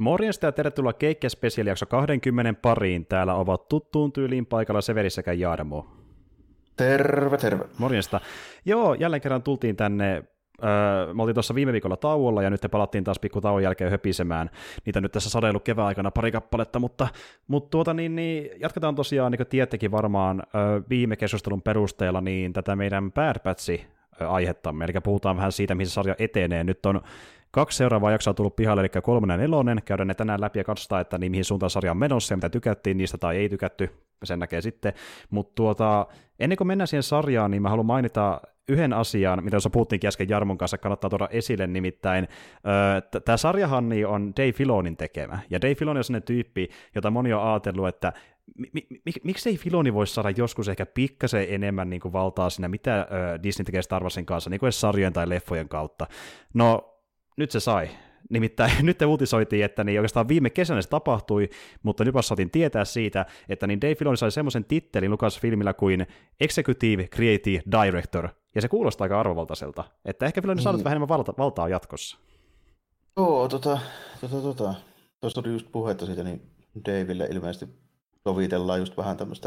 Morjesta ja tervetuloa Keikkä-spesiaalijakso 20 pariin. Täällä ovat tuttuun tyyliin paikalla Severi sekä Jarmo. Terve, terve. Morjesta. Joo, jälleen kerran tultiin tänne. Me oltiin tuossa viime viikolla tauolla ja nyt palattiin taas pikku tauon jälkeen höpisemään. Niitä nyt tässä sadellut kevään aikana pari kappaletta, mutta jatketaan tosiaan, niin kuin tiedättekin varmaan viime keskustelun perusteella, niin tätä meidän Bad Batch-aihettamme, eli puhutaan vähän siitä, mihin se sarja etenee. Nyt on 2 seuraavaa jaksoa tullut pihalle, eli 3 ja 4, käydään ne tänään läpi ja katsotaan, että niin mihin suuntaan sarja on menossa ja mitä tykättiin niistä tai ei tykätty, sen näkee sitten. Mutta ennen kuin mennään siihen sarjaan, niin mä haluan mainita yhden asian, mitä tuossa puhuttiinkin äsken Jarmon kanssa, kannattaa tuoda esille, nimittäin tämä sarjahan on Dave Filonin tekemä, ja Dave Filoni on sellainen tyyppi, jota moni on ajatellut, että miksi ei Filoni voisi saada joskus ehkä pikkasen enemmän niin kuin valtaa siinä, mitä Disney tekee Star Warsin kanssa, niin kuin edes sarjojen tai leffojen kautta. No, nyt se sai. Nimittäin nyt uutisoitiin, että niin oikeastaan viime kesänä se tapahtui, mutta nyt saatiin tietää siitä, että niin Dave Filoni sai semmoisen tittelin Lucasfilmillä kuin Executive Creative Director, ja se kuulostaa aika arvovaltaiselta, että ehkä Filoni saa nyt vähän enemmän valtaa jatkossa. Joo, tuossa oli just puhetta siitä, niin Davelle ilmeisesti sovitellaan just vähän tämmöistä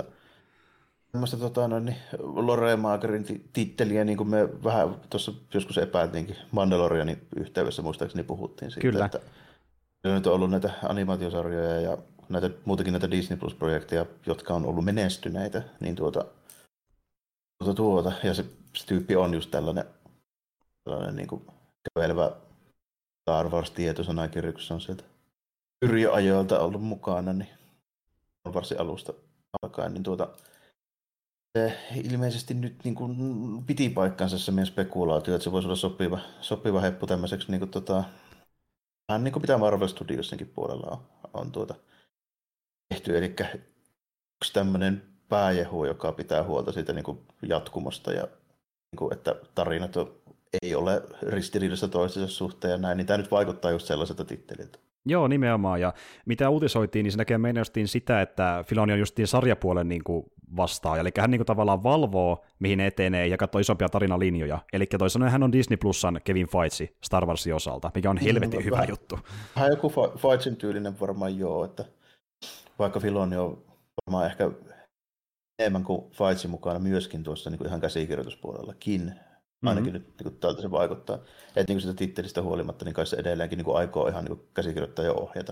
Lore Maakerin titteliä, niin kuin me vähän tuossa joskus epäiltiinkin Mandalorianin yhteydessä, muistaakseni puhuttiin siitä, Kyllä. Että nyt on ollut näitä animaatiosarjoja ja muutenkin näitä Disney Plus-projekteja, jotka on ollut menestyneitä, niin ja se tyyppi on just tällainen niin kuin kävelevä Star Wars-tietosanakirjoissa on sieltä yrjöajoilta ollut mukana, niin on varsin alusta alkaen, niin se ilmeisesti nyt niin kuin piti paikkansa se meidän spekulaatio, että se voisi olla sopiva heppu tämmöiseksi niin kuin vähän niin kuin mitä Marvel Studiossenkin puolella on tehty, eli yksi tämmöinen pääjehu, joka pitää huolta siitä niin kuin jatkumosta ja niin kuin, että tarinat ei ole ristiriidassa toistensa suhteen ja näin, niin tämä nyt vaikuttaa just sellaiselta titteliltä. Joo, nimenomaan, ja mitä uutisoitiin, niin se näkee meinastiin sitä, että Filoni on justiin sarjapuolen niin kuin vastaaja, eli hän niin kuin tavallaan valvoo, mihin ne etenee, ja katsoo isompia tarinalinjoja. Eli toisaalta hän on Disney Plusan Kevin Feige Star Warsin osalta, mikä on helvetin hyvä juttu. Vähän joku Feigin tyylinen varmaan joo, että vaikka Filoni on varmaan ehkä enemmän kuin Feige mukana myöskin tuossa niin kuin ihan käsikirjoituspuolellakin. Ainakin nyt niin tältä se vaikuttaa. Että niin sitä tittelistä huolimatta, niin kai se edelleenkin niin aikoo ihan niin käsikirjoittaa ja ohjata.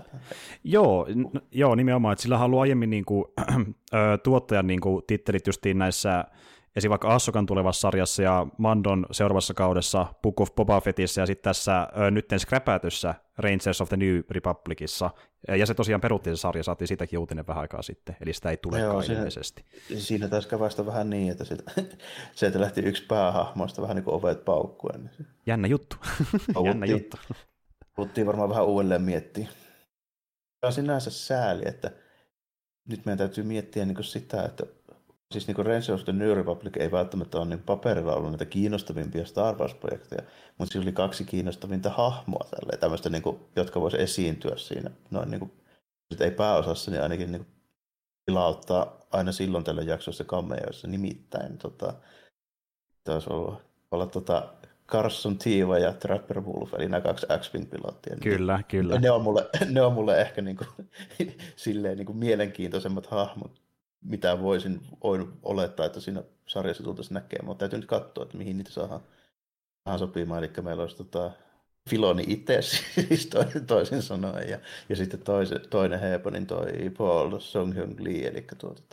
Joo, nimenomaan. Että sillä haluaa aiemmin niin kuin, tuottajan niin kuin, tittelit justiin näissä, esim. Vaikka Ahsokan tulevassa sarjassa ja Mandon seuraavassa kaudessa, Book of Boba Fettissä ja sitten tässä nytten skräpätyssä Rangers of the New Republicissa. Ja se tosiaan peruttiin se sarja, saatiin siitäkin uutinen vähän aikaa sitten, eli sitä ei tulekaan ilmeisesti. Siinä taisi kävästä vähän niin, että sieltä lähti yksi päähahmoista vähän niin kuin ovet paukkuen. Jännä juttu. Juttu. Puhuttiin varmaan vähän uudelleen miettiä. Se on sinänsä sääli, että nyt meidän täytyy miettiä niin kuin sitä, että siis niin Rangers of the New Republic ei välttämättä ole niin paperilla ollut näitä kiinnostavimpia Star Wars-projekteja, mutta siinä oli 2 kiinnostavinta hahmoa tämmöistä, niin kuin, jotka voisi esiintyä siinä. Noin niin kuin, ei pääosassa, niin ainakin niin pilauttaa aina silloin tällöin jaksoissa cameoissa. Nimittäin taisi olla Carson Teva ja Trapper Wolf, eli nämä 2 X-Wing-pilottia. Kyllä. Ne on mulle ehkä niin kuin, silleen niin kuin mielenkiintoisemmat hahmot, mitä voin olettaa, että siinä sarjassa tultaisiin näkemään, mutta täytyy nyt katsoa, että mihin niitä saadaan sopimaan. Eli meillä olisi Filoni itse, siis toisin sanoen, ja sitten toinen heepo, niin toi Paul Song-hyun Lee, eli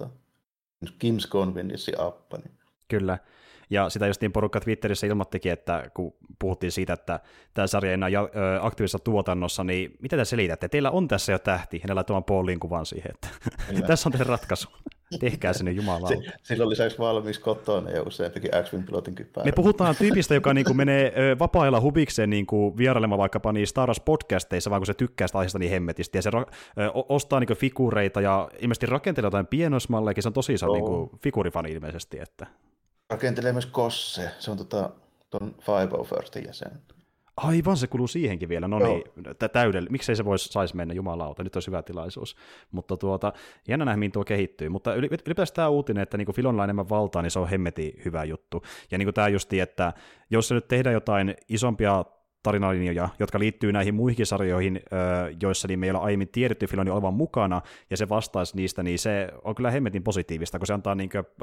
Kim Convenience Appa. Niin. Kyllä. Ja sitä justiin porukka Twitterissä ilmoittikin, että kun puhuttiin siitä, että tämä sarja ei enää aktiivisessa tuotannossa, niin mitä te selitätte? Teillä on tässä jo tähti, ja ne laittaa Paulin kuvan siihen, että tässä on teidän ratkaisu. Tehkää sinne jumalauta. Silloin lisäksi valmiiksi kotona ja useampikin X-Wing-pilotin kypärä. Me puhutaan tyypistä, joka niin kuin menee vapaa-ajalla hubikseen niin kuin vierailemaan vaikkapa niin Star Wars-podcasteissa, vaan kun se tykkää sitä aiheesta niin hemmetisti, ja se ostaa niin kuin figureita ja ilmeisesti rakentelee jotain pienoismalleja, se on tosi iso niin kuin figurifani ilmeisesti. Että. Rakentelee myös Kosse, se on tuon 501 jäsen. Aivan, se kuluu siihenkin vielä. No niin, miksei se saisi mennä, jumalauta, nyt olisi hyvä tilaisuus. Mutta jännä nähdä, mihin tuo kehittyy. Mutta ylipäätään tämä uutinen, että niin Filonilla on enemmän valtaa, niin se on hemmetin hyvä juttu. Ja niin tämä justi, että jos se nyt tehdään jotain isompia tarinalinjoja, jotka liittyy näihin muihinkin sarjoihin, joissa niin me ei ole aiemmin tiedetty Filoni olevan mukana, ja se vastaisi niistä, niin se on kyllä hemmetin positiivista, kun se antaa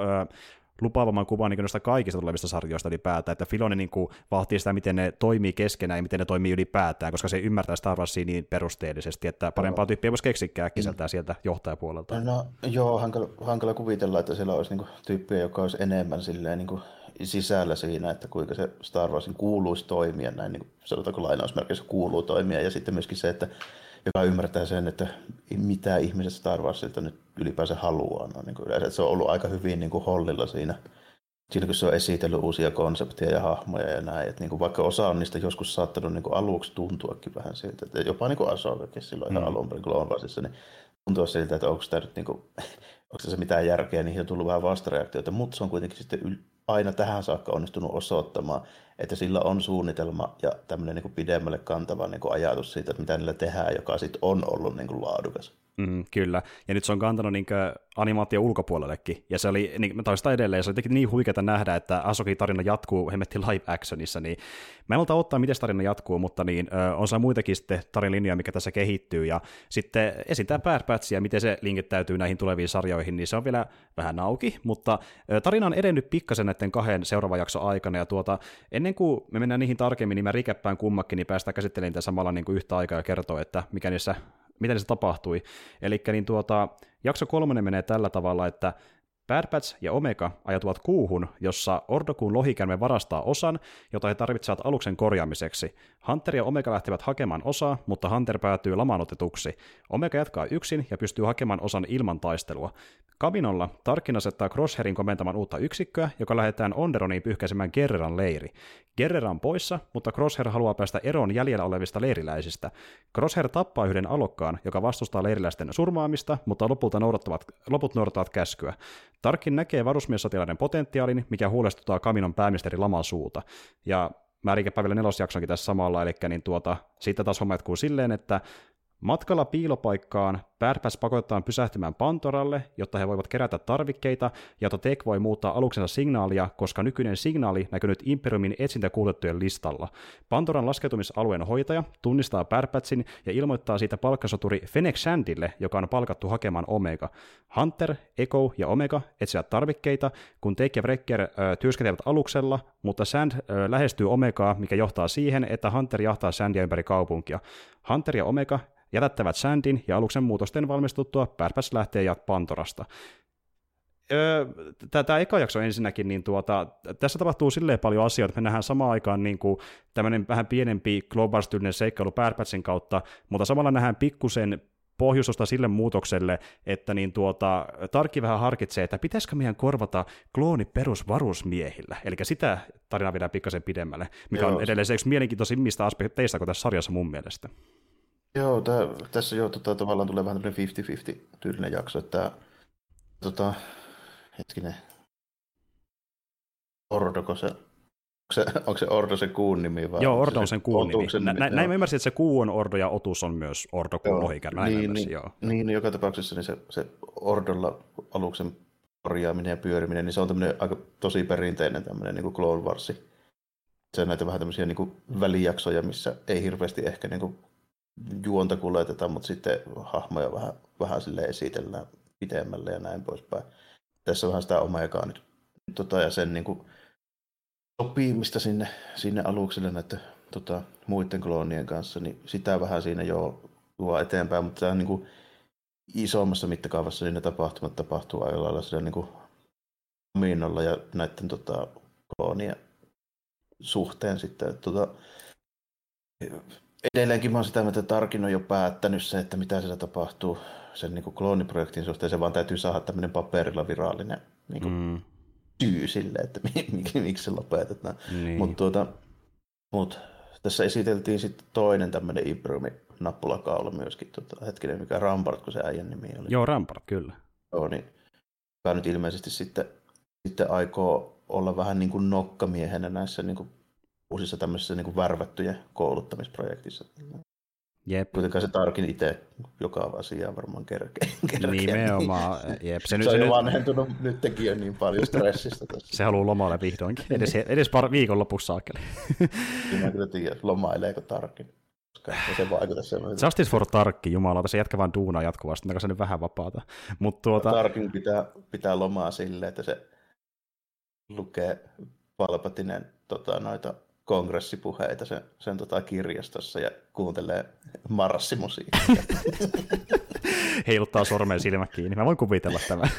lupaavamman kuvan niin noista kaikista tulevista sarjoista ylipäätään, että Filoni niin vahtii sitä, miten ne toimii keskenään ja miten ne toimii ylipäätään, koska se ymmärtää Star Warsia niin perusteellisesti, että parempaa tyyppiä voisi keksiä äkkiseltään sieltä johtajapuolelta. No joo, hankala kuvitella, että siellä olisi niinku tyyppiä, joka olisi enemmän silleen niinku sisällä siinä, että kuinka se Star Warsin kuuluisi toimia, näin niin sanotaanko lainausmerkeissä kuuluu toimia, ja sitten myöskin se, että joka ymmärtää sen, että mitä ihmiset Star Warsilta nyt ylipäänsä haluaa. No, niin kuin yleensä, että se on ollut aika hyvin niin kuin hollilla siinä, kun se on esitellyt uusia konsepteja ja hahmoja ja näin. Että niin kuin vaikka osa on niistä joskus saattanut niin kuin aluksi tuntuakin vähän siltä, että jopa niin kuin Ahsokakin silloin ihan alun perin Clone Warsissa, niin tuntuu siltä, että onko tämä nyt niin kuin, onko se mitään järkeä, niihin on tullut vähän vastareaktioita, mutta se on kuitenkin sitten aina tähän saakka onnistunut osoittamaan, että sillä on suunnitelma ja tämmöinen niin kuin pidemmälle kantava niin kuin ajatus siitä, että mitä niillä tehdään, joka sitten on ollut niin kuin laadukas. Kyllä, ja nyt se on kantanut animaatio ulkopuolellekin, ja se oli, niin, toista edelleen, se oli niin huikeata nähdä, että Ahsokin tarina jatkuu hemmetti live actionissa, niin mä en malta ottaa, miten tarina jatkuu, mutta niin, on saa muitakin sitten tarinlinjoja, mikä tässä kehittyy, ja sitten esitää Bad Batchia, miten se linkittäytyy näihin tuleviin sarjoihin, niin se on vielä vähän auki, mutta tarina on edennyt pikkasen näiden 2 seuraavan jakson aikana, ja ennen kuin me mennään niihin tarkemmin, niin mä rikäppään kummakin, niin päästään käsittelemään tätä samalla niin kuin yhtä aikaa ja kertoo, että miten se tapahtui. Eli niin jakso 3 menee tällä tavalla, että Bad Batch ja Omega ajatuvat kuuhun, jossa Ordokuun lohikärme varastaa osan, jota he tarvitsevat aluksen korjaamiseksi. Hunter ja Omega lähtevät hakemaan osaa, mutta Hunter päätyy lamaanotetuksi. Omega jatkaa yksin ja pystyy hakemaan osan ilman taistelua. Kaminolla Tarkin asettaa Crosshairin komentamaan uutta yksikköä, joka lähdetään Onderoniin pyyhkäisemään Gerreran leiri. Gerrera on poissa, mutta Crosshair haluaa päästä eroon jäljellä olevista leiriläisistä. Crosshair tappaa yhden alokkaan, joka vastustaa leiriläisten surmaamista, mutta loput noudattavat käskyä. Tarkin näkee varusmiessotilaiden potentiaalin, mikä huolestuttaa Kaminon pääministeri Laman suuta. Ja mä riikäpä vielä 4. jaksonkin tässä samalla, eli niin siitä taas homma jatkuu silleen, että matkalla piilopaikkaan Bad Batch pakotetaan pysähtymään Pandoralle, jotta he voivat kerätä tarvikkeita, ja jotta Tech voi muuttaa aluksensa signaalia, koska nykyinen signaali näkyy nyt Imperiumin etsintäkuulutettujen listalla. Pandoran laskeutumisalueen hoitaja tunnistaa Bad Batchin ja ilmoittaa siitä palkkasoturi Fennec Shandille, joka on palkattu hakemaan Omega. Hunter, Echo ja Omega etsivät tarvikkeita, kun Tech ja Wrecker työskentelevät aluksella, mutta Shand lähestyy Omegaa, mikä johtaa siihen, että Hunter jahtaa Shandia ympäri kaupunkia. Hunter ja Omega jätättävät Shandin ja aluksen muutosten valmistuttua Bad Batch lähtee Pandorasta. Tämä eka jakso ensinnäkin, niin tässä tapahtuu silleen paljon asioita, että me nähdään samaan aikaan niin kuin tämmöinen vähän pienempi Global-tyylinen seikkailu Bad Batchin kautta, mutta samalla nähdään pikkusen pohjustusta sille muutokselle, että niin Tarkki vähän harkitsee, että pitäisikö meidän korvata klooni perusvarusmiehillä, eli sitä tarinaa viedään pikkasen pidemmälle, mikä on edelleen se yksi mielenkiintoisimmista aspekteista kuin tässä sarjassa mun mielestä. Joo, tässä jo tavallaan tulee vähän tämmöinen 50-50 tyylinen jakso, että hetkinen, Ordoko onko se Ordo se kuun nimi? Vai joo, Ordo on sen kuun nimi. Näin mä ymmärsin, että se kuu on Ordo ja Otus on myös Ordo kuun lohikärme. Niin, joka tapauksessa niin se Ordolla aluksen korjaaminen ja pyöriminen, niin se on tämmöinen aika tosi perinteinen tämmöinen niin kuin Clone Warsi. Se on näitä vähän tämmöisiä niin kuin välijaksoja, missä ei hirveästi ehkä niin kuin juonta kuljeteta, mutta sitten hahmoja vähän sille esitellään pitemmälle ja näin poispäin. Tässä on vähän sitä Omegaa nyt ja sen niin kuin sopimista sinne alukselle näiden muiden kloonien kanssa, niin sitä vähän siinä jo luo eteenpäin, mutta tämä on niin kuin isommassa mittakaavassa siinä tapahtumat tapahtuu aika lailla sillä niin kuin Kaminolla ja näiden kloonien suhteen sitten. Edelleenkin mä oon sitä, että Tarkin on jo päättänyt se, että mitä siellä tapahtuu sen niin kuin klooniprojektin suhteen. Se vaan täytyy saada tämmöinen paperilla virallinen niin kuin syy sille, että miksi se lopetetaan. Niin. Mutta tässä esiteltiin sitten toinen tämmöinen Imperiumin nappulakaula myöskin. Hetkinen, mikä Rampart, kun se äijän nimi oli. Joo, Rampart, kyllä. Joo, niin joka nyt ilmeisesti sitten aikoo olla vähän niin kuin nokkamiehenä näissä niin kuin uusissa tämmöisissä niin kuin värvättyjä kouluttamisprojektissa. Jep. Kuitenkaan se Tarkin itse joka asiaa varmaan kerkeä. Nimenomaan. Jep. Se on jo vanhentunut nytkin jo niin paljon stressistä tässä. Se haluaa lomailla vihdoinkin. Edes viikon lopussa saakeli. Mä kyllä tiedän, lomaileeko Tarkin. Se vaikuta semmoinen. Justice for Tarkki, jumalauta, se jätkä vaan duunaa jatkuvasti, onko se nyt vähän vapaata. Tarkin pitää lomaa silleen, että se lukee Palpatinen noita kongressipuheita sen kirjastossa ja kuuntelee marssimusiikkia. Heiluttaa sormen silmät kiinni. Mä voin kuvitella tämän.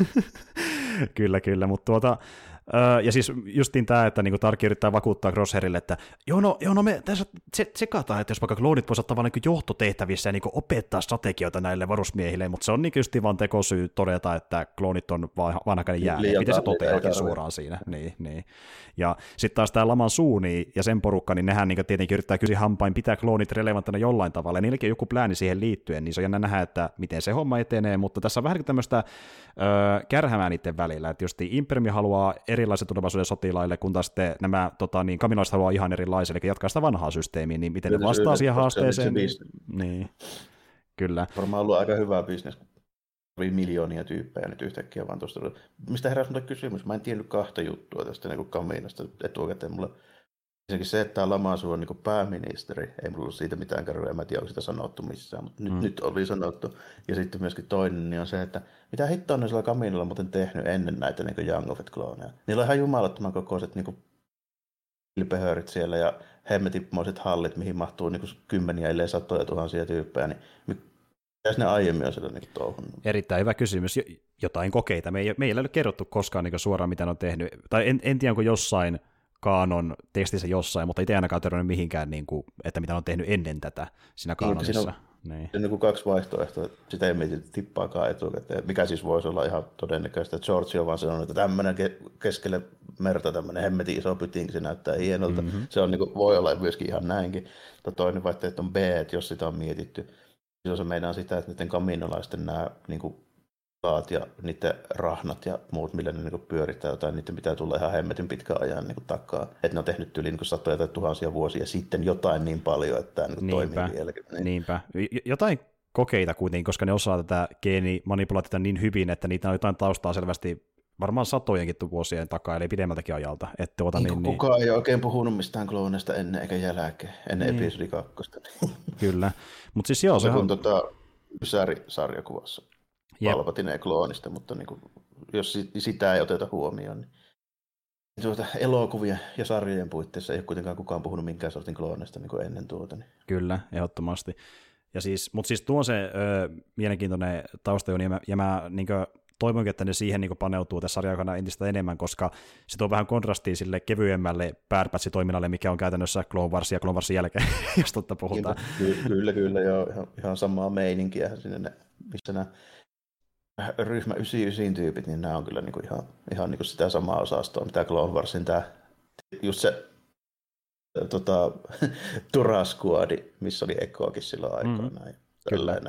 Kyllä, mutta ja siis justiin tämä, että niinku Tarkki yrittää vakuuttaa Crosshairille, että me tässä tsekataan, että jos vaikka kloonit voisivat tavallaan niinku johtotehtävissä ja niinku opettaa strategioita näille varusmiehille, mutta se on niinku justiin vaan tekosyy todeta, että kloonit on vanhakainen jäälle. Miten se toteakin suoraan siinä. Niin. Ja sitten taas tämä Laman Suuni ja sen porukka, niin nehän niinku tietenkin yrittää kysyä hampain pitää kloonit relevanttina jollain tavalla, ja niilläkin on joku plääni siihen liittyen, niin se on jännä nähdä, että miten se homma etenee, mutta tässä on vähän tämmöistä kärhämää niiden välillä, että just Imperiumi haluaa erilaisen tulevaisuuden sotilaille, kun taas sitten nämä kaminolaiset haluaa ihan erilaisia, eli jatkaa sitä vanhaa systeemiä, niin miten ne vastaa siihen haasteeseen. Niin, kyllä. Varmaan ollut aika hyvä bisnes, kun oli miljoonia tyyppejä nyt yhtäkkiä vaan tuosta. Mistä heräsi minulle kysymys? Mä en tiennyt kahta juttua tästä niin kaminasta etukäteen. Mulla ensinnäkin se, että tämä Lamasu on niin pääministeri, ei mulla ollut siitä mitään kärryä, en mä tiedä, onko sitä sanottu missään, mutta nyt oli sanottu. Ja sitten myöskin toinen niin on se, että mitä hittoa on sillä kaminalla muuten tehnyt ennen näitä niin Young of It-klooneja. Niillä on ihan jumalattoman kokoiset niin kilpehöörit siellä ja hemmetimoiset hallit, mihin mahtuu niin kymmeniä, ellei satoja tuhansia tyyppejä, niin mitäs ne aiemmin on siellä niin touhunnut? Erittäin hyvä kysymys. Jotain kokeita. Me ei ole kerrottu koskaan niin suoraan, mitä ne on tehnyt. Tai en tiedä, onko jossain kaanon tekstissä jossain, mutta itse ainakaan törmännyt mihinkään, niin kuin, että mitä on tehnyt ennen tätä siinä kaanonissa. Siinä on niin kaksi vaihtoehtoa, sitä ei mieti tippaakaan etukäteen, mikä siis voisi olla ihan todennäköistä, että George on vaan sanonut, että tämmöinen keskelle merta, tämmöinen hemmetin iso pytinki, se näyttää hienolta. Se on, niin kuin, voi olla myöskin ihan näinkin. Toinen vaihtoehto on B, että jos sitä on mietitty, niin se meinaa sitä, että niiden kaminolaisten nämä niin kuin ja niiden rahnat ja muut, millä ne niin pyörittää jotain, niiden pitää tulla ihan hemmetin pitkän ajan niin takaa. Että ne on tehnyt yli niin satoja tai tuhansia vuosia sitten jotain niin paljon, että tämä niin toimii vieläkin. Niinpä. Jotain kokeita kuitenkin, koska ne osaa tätä geenimanipulointia niin hyvin, että niitä on jotain taustaa selvästi varmaan satojenkin vuosien takaa, eli pidemmältäkin ajalta. Kukaan ei oikein puhunut mistään klooneista ennen eikä jälkeen, ennen episodi 2. Kyllä. Mutta siis joo, se on Ysäri-sarjakuvassa. Palpatinen kloonista, mutta niin kuin, jos sitä ei oteta huomioon, niin elokuvien ja sarjojen puitteissa ei ole kuitenkaan kukaan puhunut minkään sortin kloonista niin kuin ennen tuota. Niin. Kyllä, ehdottomasti. Mutta siis tuo on se mielenkiintoinen tausta, ja mä niin toivonkin, että ne siihen niin paneutuu tässä sarjan aikana entistä enemmän, koska se tuo vähän kontrastia sille kevyemmälle Bad Batch-toiminnalle, mikä on käytännössä Clone Wars ja Clone Warsin jälkeen, jos totta puhutaan. Kyllä, joo, ihan samaa meininkiä sinne, missä nämä ryhmä 99 tyypit, niin nämä on kyllä niinku ihan niinku sitä samaa osastoa, mitä Clone Warsin just se Tura Squad, missä oli Ekoakin silloin aikoinaan. Kyllä.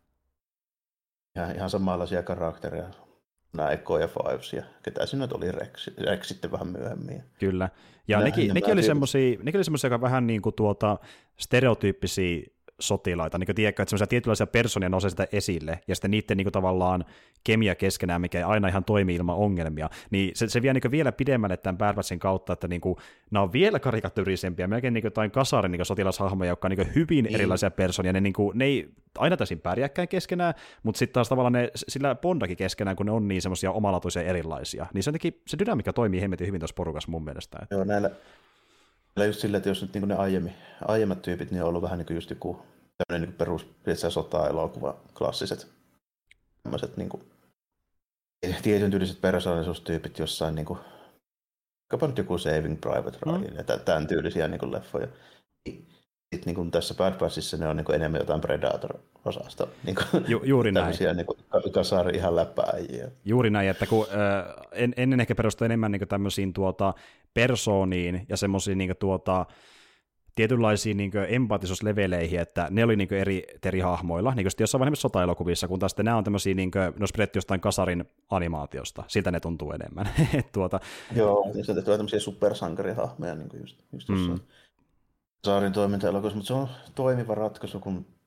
Ihan samanlaisia karaktereja, nämä Eko ja Fives, ja ketä siinä nyt oli Rex sitten vähän myöhemmin. Kyllä, ja nekin oli semmoisia, joka vähän niin kuin stereotyyppisiä sotilaita, niin tiedätkö, että semmoisia tietynlaisia personia nousee sitä esille, ja sitten niiden niin tavallaan kemia keskenään, mikä ei aina ihan toimi ilman ongelmia, niin se vie niin vielä pidemmälle tämän Bad Batchin kautta, että niin kuin, nämä on vielä karikatyyrisempiä, melkein niin jotain kasarin niin sotilashahmoja, jotka on niin hyvin erilaisia personia, ne ei aina täysin pärjääkään keskenään, mutta sitten taas tavallaan ne sillä bondakin keskenään, kun ne on niin semmoisia omalaatuisia erilaisia, niin se dynamiikka toimii hemmetin hyvin tuossa porukassa mun mielestä. Joo, näillä just silleen, että jos nyt niin ne aiemmat tyypit, niin on ollut vähän niin kuin just joku tämmöinen niin perus sota-elokuva, klassiset tämmöiset niin kuin tietyn tyyliset persoonallisuustyypit jossain, niin kuin, nyt joku Saving Private Ryan ja tämän tyylisiä niin kuin leffoja. Sitten niin kuin tässä Bad Batchissa ne on niin kuin enemmän jotain Predator-osasta. Niin juuri näin. Tämmöisiä niin kuin kasari ihan läppääjiä. Juuri näin, että kun ennen ehkä perustui enemmän niin kuin tämmöisiin persooniin ja semmoisiin niin tietynlaisiin niin empaattisuusleveleihin, että ne oli niin eri hahmoilla, niin kuin jossain vanhemmissa sotaelokuvissa, kun taas nämä on tämmöisiä, niin kuin, ne olisi pidetty jostain kasarin animaatiosta, siltä ne tuntuu enemmän. Joo, niin sieltä tulee tämmöisiä supersankarihahmoja niin kuin just jossain kasarin toiminta-elokuvissa, mutta se on toimiva ratkaisu, kun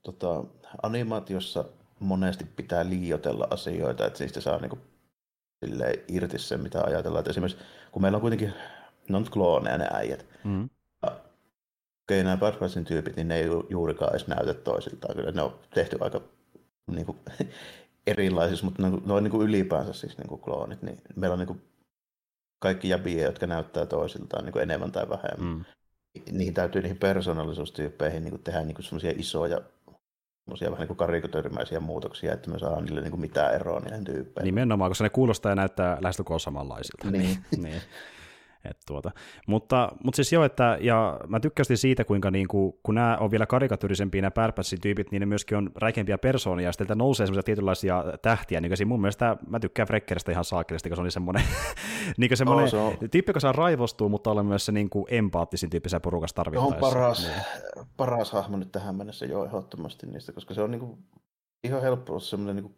animaatiossa monesti pitää liioitella asioita, että niistä saa niinku silleen irti sen, mitä ajatellaan. Että esimerkiksi, kun meillä on kuitenkin, ne on klooneja ne äijät. Okei, nämä Bad Batchin tyypit, niin ne ei juurikaan edes näytä toisiltaan. Kyllä ne on tehty aika niinku, erilaisissa, mutta ne on niinku ylipäänsä siis niinku kloonit. Niin meillä on niinku kaikki jäbiä, jotka näyttää toisiltaan niinku enemmän tai vähemmän. Niihin täytyy niihin persoonallisuustyyppeihin niinku tehdä niinku semmoisia isoja, vähän niin kuin karikatyrimäisiä muutoksia, että me saadaan niille niin kuin mitään eroa niiden tyyppeihin. Nimenomaan, koska ne kuulostaa ja näyttää lähestulkoon samanlaisilta. Niin. niin. Mutta siis joo, että ja mä tykkäsin siitä, kuinka niinku, kun nämä on vielä karikatyyrisempiä nämä Bad Batchin tyypit, niin ne myöskin on räikeämpiä persoonia, ja sitten nousee semmoisia tietynlaisia tähtiä, niin kuin mun mielestä mä tykkään Freckeristä ihan saakelisti, kun se on semmoinen, niin semmoinen tyyppi, joka saa raivostua, mutta olla myös se niin kuin empaattisin tyyppisessä porukassa tarvittaessa. On paras hahmo nyt tähän mennessä jo ehdottomasti niistä, koska se on niin kuin ihan helppo semmoinen niin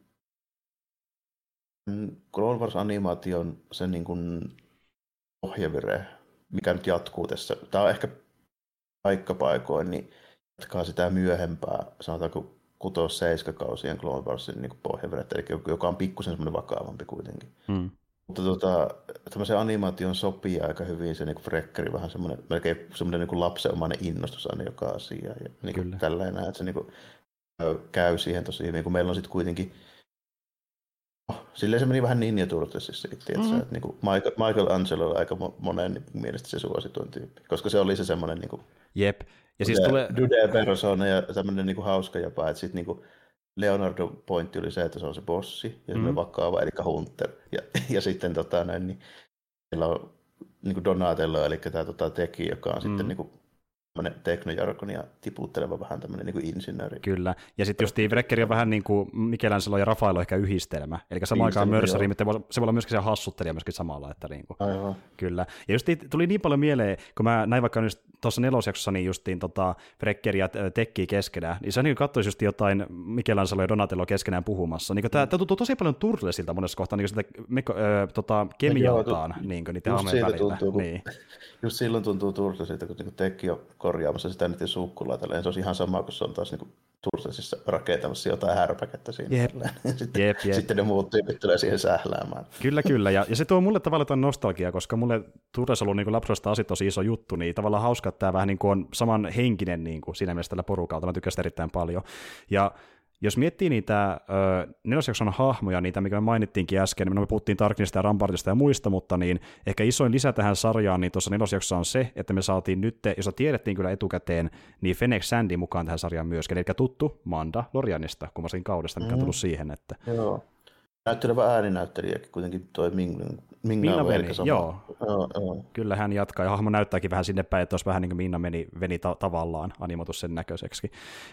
kuin Clone Wars-animaation se niin kuin pohjavire, mikä nyt jatkuu tässä. Tämä on ehkä paikkapaikoin, niin jatkaa sitä myöhempää, sanotaanko 6-7 kausien Clone Warsin niin pohjavirettä, eli joka on pikkusen semmoinen vakavampi kuitenkin. Mutta tämmöisen animaation sopii aika hyvin se niin Frekkeri, vähän semmoinen, melkein semmoinen niin lapsenomainen innostus aina joka asia. Ja niin tällainen, että se niin kuin käy siihen tosi hyvin, kun meillä on sitten kuitenkin silleen se meni vähän Ninja Turtlesissakin, että niin kuin Michael Angelo oli aika monen mielestä se suosituin tyyppi, koska se oli se semmoinen niin kuin jep. Ja siis tulee Dude-persona ja tämmöinen niin kuin hauska jopa, että sitten niin kuin Leonardo pointti oli se, että se on se bossi ja semmoinen vakava, eli Hunter. Ja sitten niin meillä on niin kuin Donatello, eli tämä Teki, joka on sitten niin kuin teknojargon ja tiputteleva vähän tämmöinen niin kuin insinööri. Kyllä, ja sitten just Frekkeri on vähän niin kuin Michelangelo ja Raffaello ehkä yhdistelmä, eli samaan aikaan mörssäri, mutta se voi olla myöskin se hassuttelija myöskin samalla. Että niin kuin. Aivan. Kyllä, ja just tuli niin paljon mieleen, kun mä näin vaikka tuossa 4. jaksossa niin justiin Frekkeri ja Tekki keskenään, niin se niin katsoisi just jotain Michelangelo ja Donatello keskenään puhumassa. Niin tämä tuntuu tosi paljon Turtlesilta monessa kohtaa, niin sitä kemialtaan niin niiden hahmojen välillä. Just silloin tuntuu Turtlesilta, kun Tekki on korjaamassa sitä niiden suukkulaa. Se on ihan sama, kun se on taas niin Turtlesissa rakentamassa jotain härpäkettä siinä. Jep. Sitten ne muut tyypit tulee siihen sähläämään. Kyllä. Ja se tuo mulle tavallaan nostalgia, koska mulle Turtles on ollut niin lapsuudesta asti tosi iso juttu, niin tavallaan hauska, että tämä vähän niin kuin on samanhenkinen niin kuin siinä mielessä tällä porukalta. Mä tykkäsin erittäin paljon. Ja jos miettii niitä 4. jakson hahmoja, niitä mikä me mainittiinkin äsken, me puhuttiin Tarkinista ja Rampartista ja muista, mutta niin ehkä isoin lisä tähän sarjaan, niin tuossa 4. jaksossa on se, että me saatiin nyt, josta tiedettiin kyllä etukäteen, niin Fennec Shandi mukaan tähän sarjaan myöskin, eli tuttu Mandalorianista, kummaskin kaudesta, mikä on tullut siihen. Että joo. Näyttelevä ääninäyttelijäkin kuitenkin toi Ming-Na Wen. Joo. Kyllä hän jatkaa, ja hahmo näyttääkin vähän sinne päin, että olisi vähän niin kuin Minna veni tavallaan animoitu sen näköiseksi.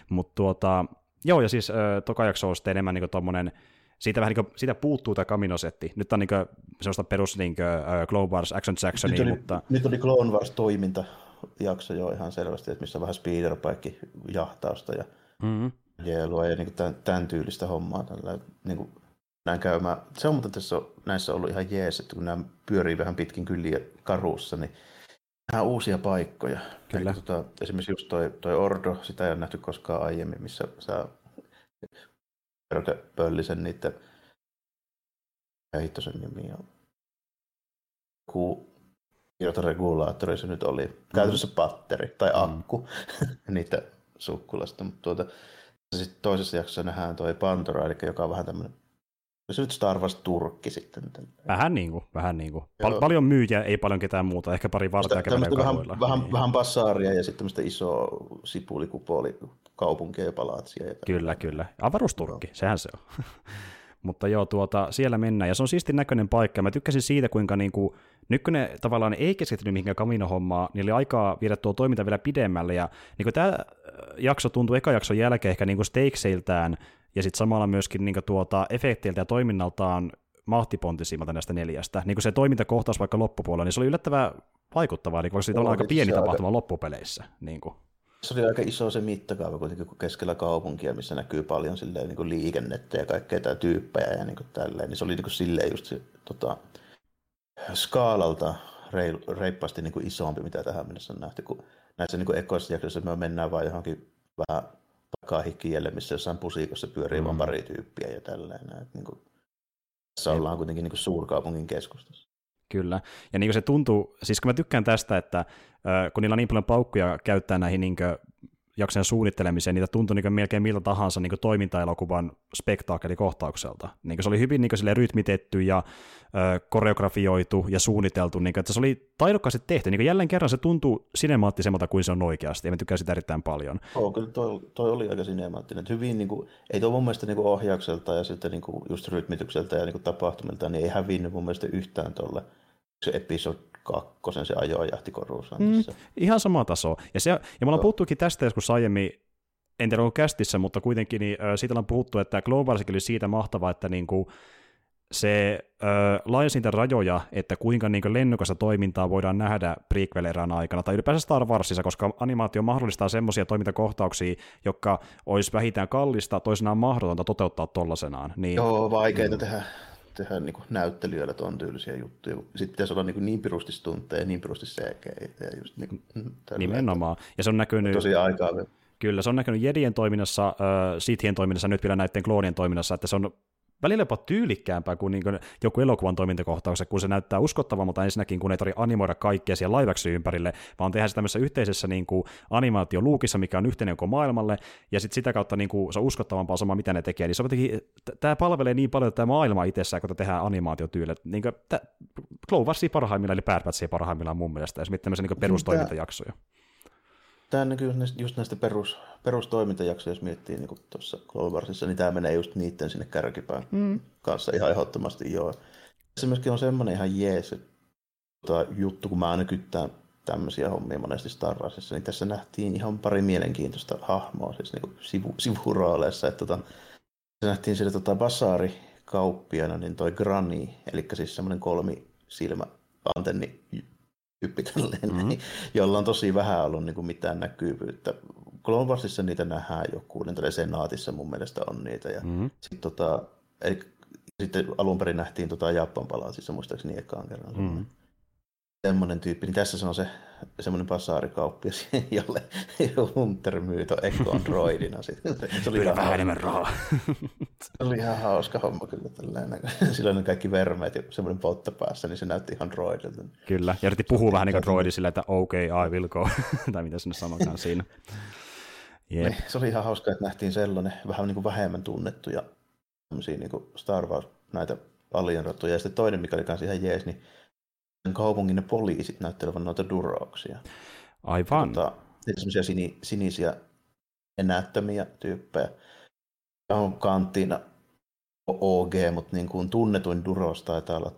Mutta joo, ja siis toka jakso on sitten enemmän niin tommonen, siitä vähän niin siitä puuttuu tämä Kaminosetti. Nyt on niin sellaista perus niin Clone Wars Action Jacksonia, mutta nyt oli Clone Wars toimintajakso jo ihan selvästi, että missä on vähän speederbike jahtausta ja jeelua ja niin tämän tyylistä hommaa. Tällä, niin kuin näin käymään. Se on muuten näissä ollut ihan jees, että kun nämä pyörii vähän pitkin kyliä karussa, niin nämä uusia paikkoja. Kyllä. Esimerkiksi just toi Ordo, sitä ei ole nähty koskaan aiemmin, missä sä pöllisen niiden, hittosen nimi on, regulaattori se nyt oli, käytännössä patteri tai akku niitä sukkulasta, mutta sitten toisessa jaksossa nähdään toi Pandora, eli joka on vähän tämmöinen, se nyt Star Wars Turkki sitten. Vähän niin kuin. Paljon myyjiä, ei paljon ketään muuta, ehkä pari vartaa kävelee kaduilla. Vähän bassaaria ja sitten tämmöistä isoa sipulikupoli kaupunkia ja palatsia. Kyllä. Avaruusturkki, sehän se on. Mutta joo, siellä mennään, ja se on siistin näköinen paikka. Mä tykkäsin siitä, kuinka niinku, nyt kun ne tavallaan ei keskittynyt mihinkään Kamino-hommaa, niin oli aikaa viedä tuo toiminta vielä pidemmälle, ja niinku tämä jakso tuntui eka jakson jälkeen ehkä niinku stakeseiltään, ja sitten samalla myöskin niinku efekteiltä ja toiminnaltaan mahtipontisimmalta näistä 4. Niin kuin se toimintakohtaus vaikka loppupuolella, niin se oli yllättävän vaikuttavaa, niin vaikka siitä on aika pieni tapahtuma loppupeleissä. Niin kuin. Se oli aika iso se mittakaava kuitenkin keskellä kaupunkia, missä näkyy paljon silleen, niin kuin liikennettä ja kaikkea tämä tyyppejä ja niin kuin tälleen. Niin se oli niin kuin silleen just se, skaalalta reippaasti niin kuin isompi, mitä tähän mennessä on nähty. Kun näissä niin kuin ekoissa jaksoissa me mennään vaan johonkin vähän hikkielle, missä jossain pusikossa pyörii vaan pari tyyppiä ja tällainen. Niin kuin, tässä ollaan kuitenkin niin kuin suurkaupungin keskustassa. Kyllä, ja niin kuin se tuntuu, siis kun mä tykkään tästä, että kun niillä on niin paljon paukkuja käyttää näihin niin jaksojen suunnittelemiseen, niitä tuntui niin melkein miltä tahansa niin toimintaelokuvan spektaakkelikohtaukselta. Niin se oli hyvin niin rytmitetty ja koreografioitu ja suunniteltu, niin että se oli taidokkaasti tehty. Niin jälleen kerran se tuntuu sinemaattisemmalta kuin se on oikeasti, ja mä tykkään sitä erittäin paljon. Kyllä toi oli aika sinemaattinen. Hyvin, niin kuin, ei tuo mun mielestä niin kuin ohjaukselta ja sitten niin kuin just rytmitykseltä ja niin kuin tapahtumilta, niin ei hävinnyt mun mielestä yhtään tuolle se episode 2, se ajojahti Coruscantissa. Ihan sama taso. Ja me ollaan puhuttukin tästä joskus aiemmin, en tiedä onko kästissä, mutta kuitenkin niin, siitä ollaan puhuttu, että Clone Warsikin oli siitä mahtavaa, että niinku, se laajensi niitä rajoja, että kuinka niinku lennokasta toimintaa voidaan nähdä prequel-erän aikana, tai ylipäänsä Star Warsissa, koska animaatio mahdollistaa semmoisia toimintakohtauksia, jotka olisi vähintään kallista, toisenaan mahdotonta toteuttaa tollasenaan. Niin, joo, vaikeita tehdä niin kuin näyttelijöillä tuon tyylisiä juttuja. Sitten pitäisi olla niin pirusti stuntteja ja niin pirusti CGI. Just niin nimenomaan. Ja se on näkynyt... Tosi aikaa. Kyllä, se on näkynyt Jedien toiminnassa, Sithien toiminnassa, nyt vielä näiden kloonien toiminnassa, että se on välillä jopa tyylikkäämpää kuin, joku elokuvan toimintakohtaus, kun se näyttää uskottavammalta ensinnäkin, kun ei tarvitse animoida kaikkea siihen live ympärille, vaan tehdään se tämmöisessä yhteisessä niin kuin animaatioluukissa, mikä on yhteinen koko maailmalle, ja sitten sitä kautta niin kuin, se on uskottavampaa sama, mitä ne tekee. Niin se on jotenkin, tämä palvelee niin paljon tämä maailma itsessään, kun tehdään animaatiotyylle. Niin Clone Warsia parhaimmillaan, eli Bad Batchia parhaimmillaan mun mielestä, ja sitten tämmöisiä niin perustoimintajaksoja. Tämä näkyy just näistä perustoimintajaksoja, jos miettii niin tuossa Clone Warsissa, niin tämä menee just niiden sinne kärkipään kanssa ihan ehdottomasti joo. Se myöskin on semmoinen ihan jees juttu, kun mä aina kyttään tämmöisiä hommia monesti Star Warsissa, niin tässä nähtiin ihan pari mielenkiintoista hahmoa siis niin sivurooleissa. Että se nähtiin siellä basaarikauppiana, niin toi Granny, eli siis semmoinen kolmisilmä antenni tyyppi tälleen, jolla on tosi vähän ollut niin kuin mitään näkyvyyttä. Clone Warsissa niitä nähdään joku, niin Senaatissa mun mielestä on niitä. Ja sitten alun perin nähtiin Japan palatsissa, muistaakseni ekaan kerran. Semmoinen tyyppi, niin tässä se on semmoinen basaarikauppias, jolle Hunter myy ton Echo-androidina. Pyydä vähän enemmän rahaa. Se oli ihan hauska homma kyllä tällainen. Silloin ne kaikki vermeet ja semmoinen poltta päässä, niin se näytti ihan droidilta. Kyllä, ja yritti puhua vähän niin kuin droidi sillä, että okay, I will go, tai mitä sinne sanotaan siinä. Yep. Se oli ihan hauska, että nähtiin sellainen vähän niin kuin vähemmän tunnettuja niin kuin Star Wars näitä alienrottuja. Ja sitten toinen, mikä oli kanssa ihan jees, niin kaupungin ne poliisit näyttelevät noita durouksia. Aivan. Semmoisia sinisiä enättömiä tyyppejä. On kanttina OG, mutta niin kuin tunnetuin duros taitaa olla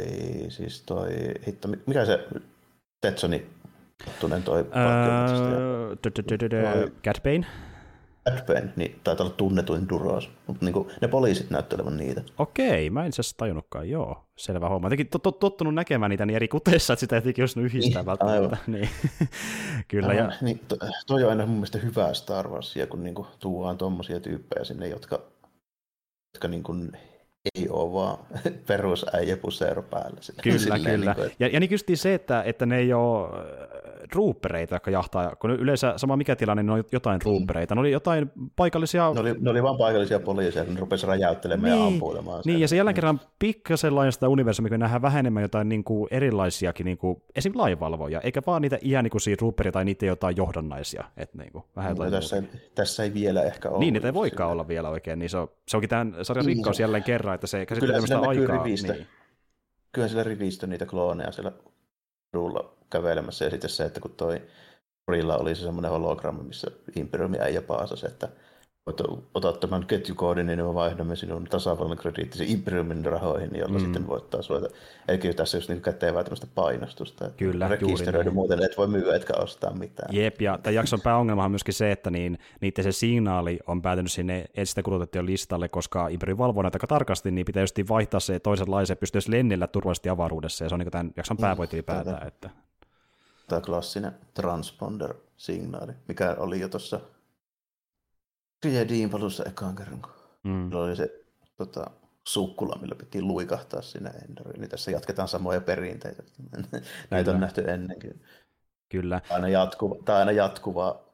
mikä se Tetsoni tunnen toi Cad Bane? Cad Bane, niin taitaa olla tunnetuin duros, mutta niin kuin ne poliisit näyttelevät niitä. Okei, mä en itse asiassa tajunnutkaan, joo, selvä homma. Jotenkin tottunut näkemään niitä niin eri kuteissa, että sitä ei jotenkin jos yhdistää välttämättä. Niin. Kyllä. Ja... Niin, toi on aina mun mielestä hyvää Star Warsia, kun niinku tuodaan tommosia tyyppejä sinne, jotka niinku ei ole vaan perusäijäpuseero päällä. Kyllä, kyllä. Niin ja niin just se, että ne ei ole troopereita, jotka jahtaa, kun yleensä sama mikä tilanne, ne on jotain troopereita. Ne oli jotain paikallisia... Ne oli vaan paikallisia poliiseja, ne rupesivat räjäyttelemään ja ampuilemaan. Niin, ja se jälleen kerran pikkasen laajasta universumia, kun nähdään vähän enemmän jotain niin kuin erilaisiakin, niin kuin, esimerkiksi lainvalvoja, eikä vaan niitä iänikuisia trooperia tai niitä jotain johdannaisia. Että, niin kuin, vähän tässä ei vielä ehkä ole. Niin, niitä ei voikaan olla vielä oikein. Niin se onkin tämän sarjan rikkaus jälleen kerran, että se käsittelee tämmöistä aikaa. Niin. Kyllä sillä rivistä niitä klooneja siellä ruulla kävelemässä, ja sitten se, että kun toi Rilla oli se semmoinen hologrammi, missä Imperiumi äijä paasasi, että otat tämän ketjukoodin, niin me vaihdamme sinun tasavallan krediittisen Imperiumin rahoihin, jolla sitten voit taas ruveta. Eli tässä just niin kätevää tämmöistä painostusta. Kyllä, rekisteröidä muuten, et voi myyä, etkä ostaa mitään. Jep, ja tämän jakson pääongelma on myöskin se, että niiden se signaali on päätynyt sinne etsitä kulutettujen listalle, koska Imperium valvoo näitä aika tarkasti, niin pitää just vaihtaa se toisenlaisen, pystyisi lennellä turvallisesti avaruudessa, ja se on niin tämän jakson pääpointti ylipäätään. Tämä klassinen transponder-signaali, mikä oli jo tuossa Jediin palussa ekaan kerran, kun oli se sukkula, millä piti luikahtaa sinne Endoriin, niin tässä jatketaan samoja perinteitä. Näitä on nähty ennenkin. Kyllä. Tämä on aina jatkuvaa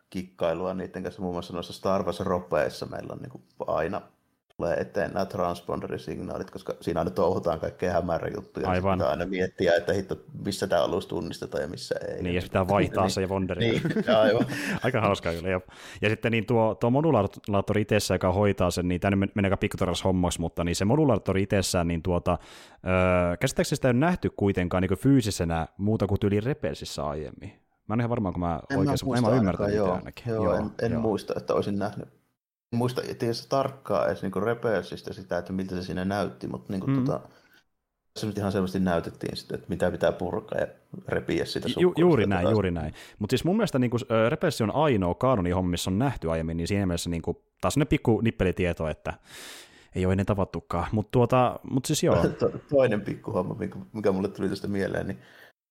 kikkailua niiden kanssa. Muun muassa noissa Star Wars-ropeissa meillä on niin kuin aina tulee eteen nämä transponderisignaalit, koska siinä aina touhutaan kaikkea hämärä juttuja. Aivan. Pitää aina miettiä, että hitto, missä tämä alus tunnistetaan ja missä ei. Niin, ja pitää vaihtaa se ja wonderi. Niin, aivan. Aika hauskaa kyllä, jo. Ja sitten niin tuo modulaattori itsessään, joka hoitaa sen, niin tämä menee aika pikkutarvassa hommaksi, mutta niin se modulaattori itsessään, niin käsittääkseni sitä ei ole nähty kuitenkaan niin fyysisenä muuta kuin tyyliin Rebelsissä aiemmin. Mä en ihan varmaan, kun mä oikeasti, en mä ymmärtänyt itse ainakin. En muista, että olisin nähnyt. En muista tietysti tarkkaan edes niin Rebelsistä sitä, että miltä se siinä näytti, mutta niin se nyt ihan selvästi näytettiin sitä, että mitä pitää purkaa ja repiä sitä sukkuista. Juuri näin. Mutta siis mun mielestä niin Rebels on ainoa kanonin homma, missä on nähty aiemmin, niin siinä mielessä niin taas ne pikku nippelitieto, että ei ole ennen tavattukaan. Mutta siis joo. Toinen pikku homma, mikä mulle tuli tästä mieleen, niin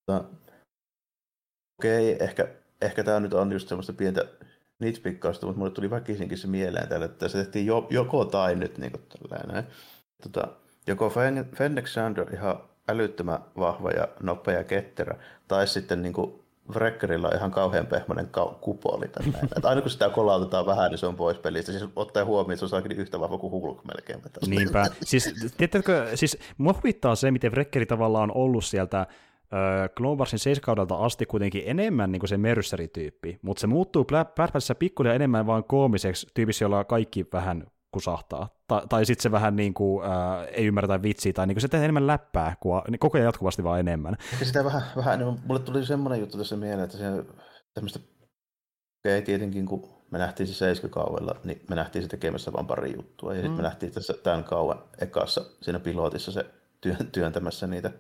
okei, ehkä tämä nyt on just semmoista pientä nitpikkausta, mutta mulle tuli väkisinkin se mieleen täällä, että se tehtiin joko tai nyt niin kuin tällainen. Joko Fennec Shand on ihan älyttömän vahva ja nopea ja ketterä, tai sitten niin kuin Wreckerilla on ihan kauhean pehmoinen kupoli. Että aina kun sitä kolautetaan vähän, niin se on pois pelistä. Siis ottaa huomioon, että se on saakin yhtä vahva kuin Hulk melkein. Niinpä. Siis mua huvittaa se, miten Wreckeri tavallaan on ollut sieltä Clone Warsin 7-kaudelta asti kuitenkin enemmän niin kuin se Mercenary-tyyppi, mutta se muuttuu Bad Batchissä pikkuhiljaa enemmän vaan koomiseksi tyypissä, jolla kaikki vähän kusahtaa. Tai sitten se vähän niin kuin, ei ymmärrä vitsiä, tai niin kuin se tehdään enemmän läppää, koko ajan jatkuvasti vaan enemmän. Ja sitä vähän enemmän. Mulle tuli semmoinen juttu tässä mieleen, että siellä tämmöistä, tietenkin kun me nähtiin se 7-kaudella, niin me nähtiin se tekemässä vain pari juttua, ja sitten me nähtiin tässä tämän kauan ekassa siinä pilotissa se työntämässä niitä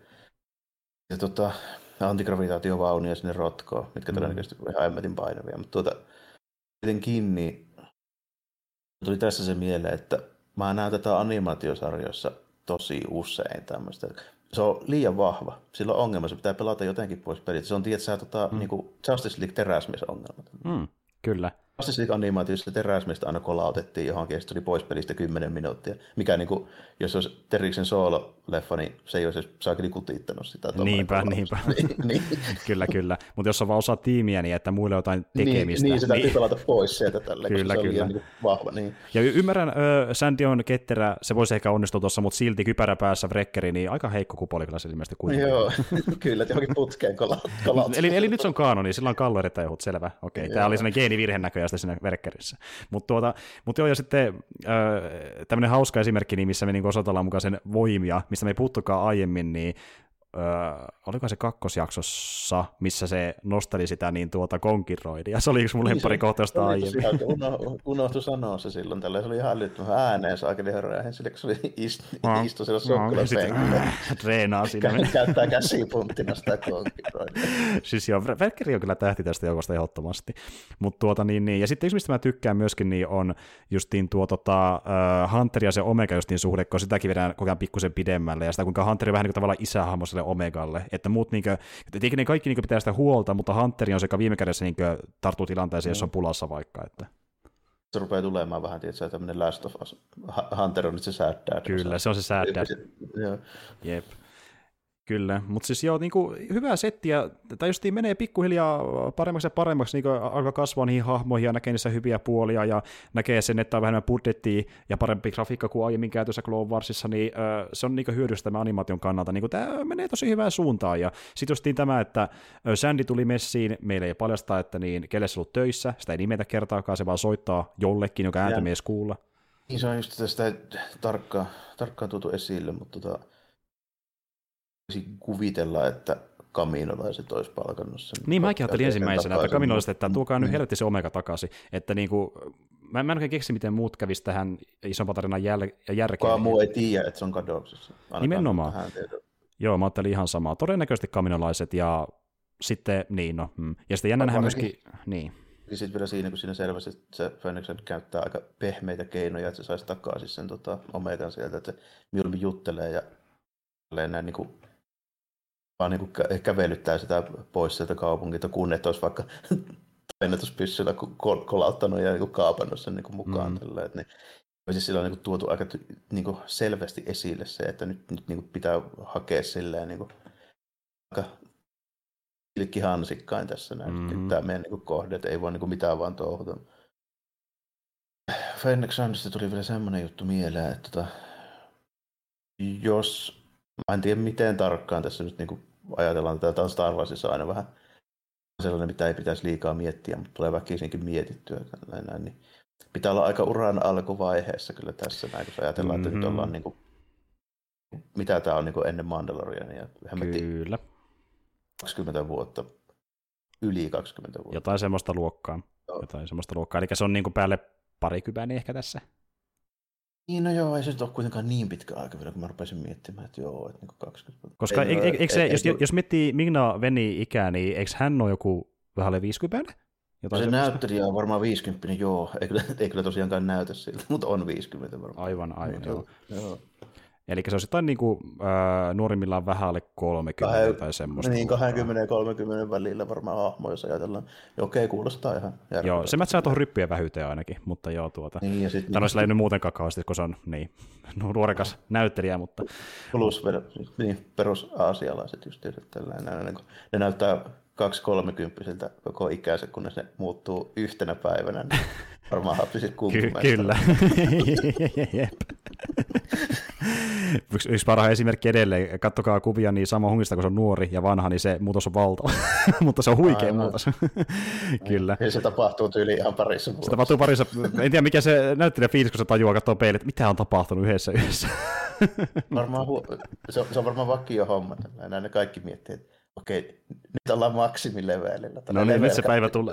antigravitaatiovaunuja sinne rotkoon, mitkä todennäköisesti ihan ämmetin painavia, mutta tietenkin niin tuli tässä se mieleen, että mä näen tätä animaatiosarjoissa tosi usein tämmöistä. Se on liian vahva. Sillä on ongelma, se pitää pelata jotenkin pois pelit. Se on tiedät, niinku Justice League teräsmies-ongelma. Kyllä. Justice League-animaatiossa teräsmiestä aina kolautettiin johonkin, ja se tuli pois pelistä 10 minuuttia. Mikä, niinku, jos olisi Teriksen soolo-leffa, niin se ei olisi saakeli kutiittanut sitä. Niinpä. niin. Kyllä. Mutta jos on vaan osa tiimiä, niin että muilla on jotain tekemistä. Niin se täytyy pelata pois sieltä tälleen, kyllä. Se on liian niin vahva. Niin. Ja ymmärrän, Sandy on ketterä, se voisi ehkä onnistua tuossa, mutta silti kypärä päässä Wreckeri, niin aika heikko kupoli kyllä se ilmeisesti kuitenkin. Joo, kyllä, johonkin putkeen kolauttaa. Eli nyt se on kaanoni, sillä on kallo erittäin johut, selvä. Okei, tämä oli sellainen geenivirhe näköjään siinä Wreckerissä. Mutta joo, ja sitten tämmöinen hauska esimerkki, niin missä me niin osoitellaan mukaan sen voimia, mistä me ei puhuttukaan aiemmin, niin oliko se kakkosjaksossa, missä se nosteli sitä niin Konkiroidia. Se oli yksi mun lempparikohtausta aiemmin. Unohtui sanoa se silloin. Tällä se oli ihan älyttömän ääneen saakeli hörräihin, sillä kun se oli istu siellä sokkolan penkillä. Treenaa siinä. Käyttää käsipunttina sitä Konkiroidia. Siis joo, Wreckeri on kyllä tähti tästä joukosta ehdottomasti. Mutta ja sitten yksi, mistä mä tykkään myöskin, niin on justiin Hunter ja se Omega justiin suhde, kun sitäkin vedään koko ajan pikkusen pidemmälle, ja sitä kuinka Hunter on vähän niin kuin tavallaan isähahmo Omegalle, että muut ne kaikki pitää sitä huolta, mutta Hunteri on se, joka viime kädessä tarttuu tilanteeseen, jos on pulassa vaikka. Että. Se rupeaa tulemaan vähän, tietysti tämmöinen Last of Us. Hunter on nyt se sad dad. Kyllä, se on se sad dad. Jep. Kyllä, mutta siis joo, hyvää settiä, tai justiin menee pikkuhiljaa paremmaksi ja paremmaksi, alkaa kasvaa niihin hahmoihin ja näkee niissä hyviä puolia ja näkee sen, että on vähemmän budjettia ja parempi grafiikka kuin aiemmin käytössä Clone Warsissa, niin se on hyödyllistä tämän animaation kannalta. Tämä menee tosi hyvään suuntaan ja sitten justiin tämä, että Sandy tuli messiin, meille ei paljasta, että kelle se on ollut töissä, sitä ei nimetä kertaakaan, se vaan soittaa jollekin, joka ääntä mies kuulla. Niin se on just tästä tarkkaan tuotu esille, mutta kuvitella, että kaminolaiset olisi palkannut sen. Niin, mäkin ajattelin ensimmäisenä, että kaminolaiset, että tuokaa nyt helvetti se Omega takaisin. Että mä en oikein keksi, miten muut kävisi tähän isompaan tarinan järkeen. Kukaan muu ei tiedä, että se on kadoksessa. Nimenomaan. Joo, mä ajattelin ihan samaa. Todennäköisesti kaminolaiset ja sitten, ja sitten jännä nähdä myöskin, niin. Ja sitten vielä siinä, kun siinä selvästi se Fennec käyttää aika pehmeitä keinoja, että se saisi takaisin sen Omegan sieltä, että se mieluummin juttelee ja näin vaan kävelyttää sitä pois sieltä kaupungilta, kun et olisi vaikka pennetuspyssyllä kolauttanut ja kaapannut sen mukaan. Niin, siis sillä on tuotu aika selvästi esille se, että nyt pitää hakea silleen aika silkkihansikkain tässä näin. Tämä meidän niin kohde, että ei voi niin mitään vaan touhuta. Fennec Soundista tuli vielä semmoinen juttu mieleen, että jos, mä en tiedä miten tarkkaan tässä nyt niin ajatellaan, että tämä on Star Warsissa aina vähän sellainen, mitä ei pitäisi liikaa miettiä, mutta tulee väkisinkin mietittyä. Niin pitää olla aika uran alkuvaiheessa kyllä tässä näin, kun ajatellaan, että nyt ollaan niin kuin, mitä tämä on niin kuin ennen Mandaloriania. Kyllä. 20 vuotta, yli 20 vuotta. Jotain semmoista luokkaa. Eli se on niin kuin päälle parikypäinen ehkä tässä. Niin, no joo, ei se nyt ole kuitenkaan niin pitkä aika vielä, kun mä rupesin miettimään, että joo, että niin 20 vuotta. Koska jos miettii Ming-Na Veni ikää, niin eikö hän ole joku vähän alle 50? Se näyttelijä on varmaan 50, joo. Ei kyllä tosiaankaan näytä siltä, mutta on 50 varmaan. Aivan, joo. Eli se on jotain niin kuin, nuorimmillaan vähän alle 30 tai semmoista. Niin, 20 ja 30 välillä varmaan hahmo, jos ajatellaan. Ja okei, kuulostaa ihan järkevältä. Joo, se mätsää tuohon ryppien vähyyteen ainakin, mutta joo Niin, ja sitten... Tämä on muutenkaan kauheasti, kun se on niin, nuorekas näyttelijä, mutta... Plus niin, perus-aasialaiset just tällainen. Ne näyttää 2-30-siltä koko ikänsä, kunnes ne muuttuu yhtenä päivänä. Niin varmaan happisit kumpumeista. Kyllä. Yksi parhaan esimerkki edelleen, kattokaa kuvia niin Sammo Hungista, kun se on nuori ja vanha, niin se muutos on valtava, mutta se on huikea muutos. Kyllä. Ja se tapahtuu tyyliin ihan parissa vuodessa. Se tapahtuu parissa, en tiedä mikä se näyttelijä fiilis, kun se tajuaa katsoa peilin, että mitä on tapahtunut yhdessä. Varmaan se on varmaan vakio homma, näin ne kaikki miettii, että okei, nyt ollaan maksimilevelillä. No niin, nyt se päivä tulee.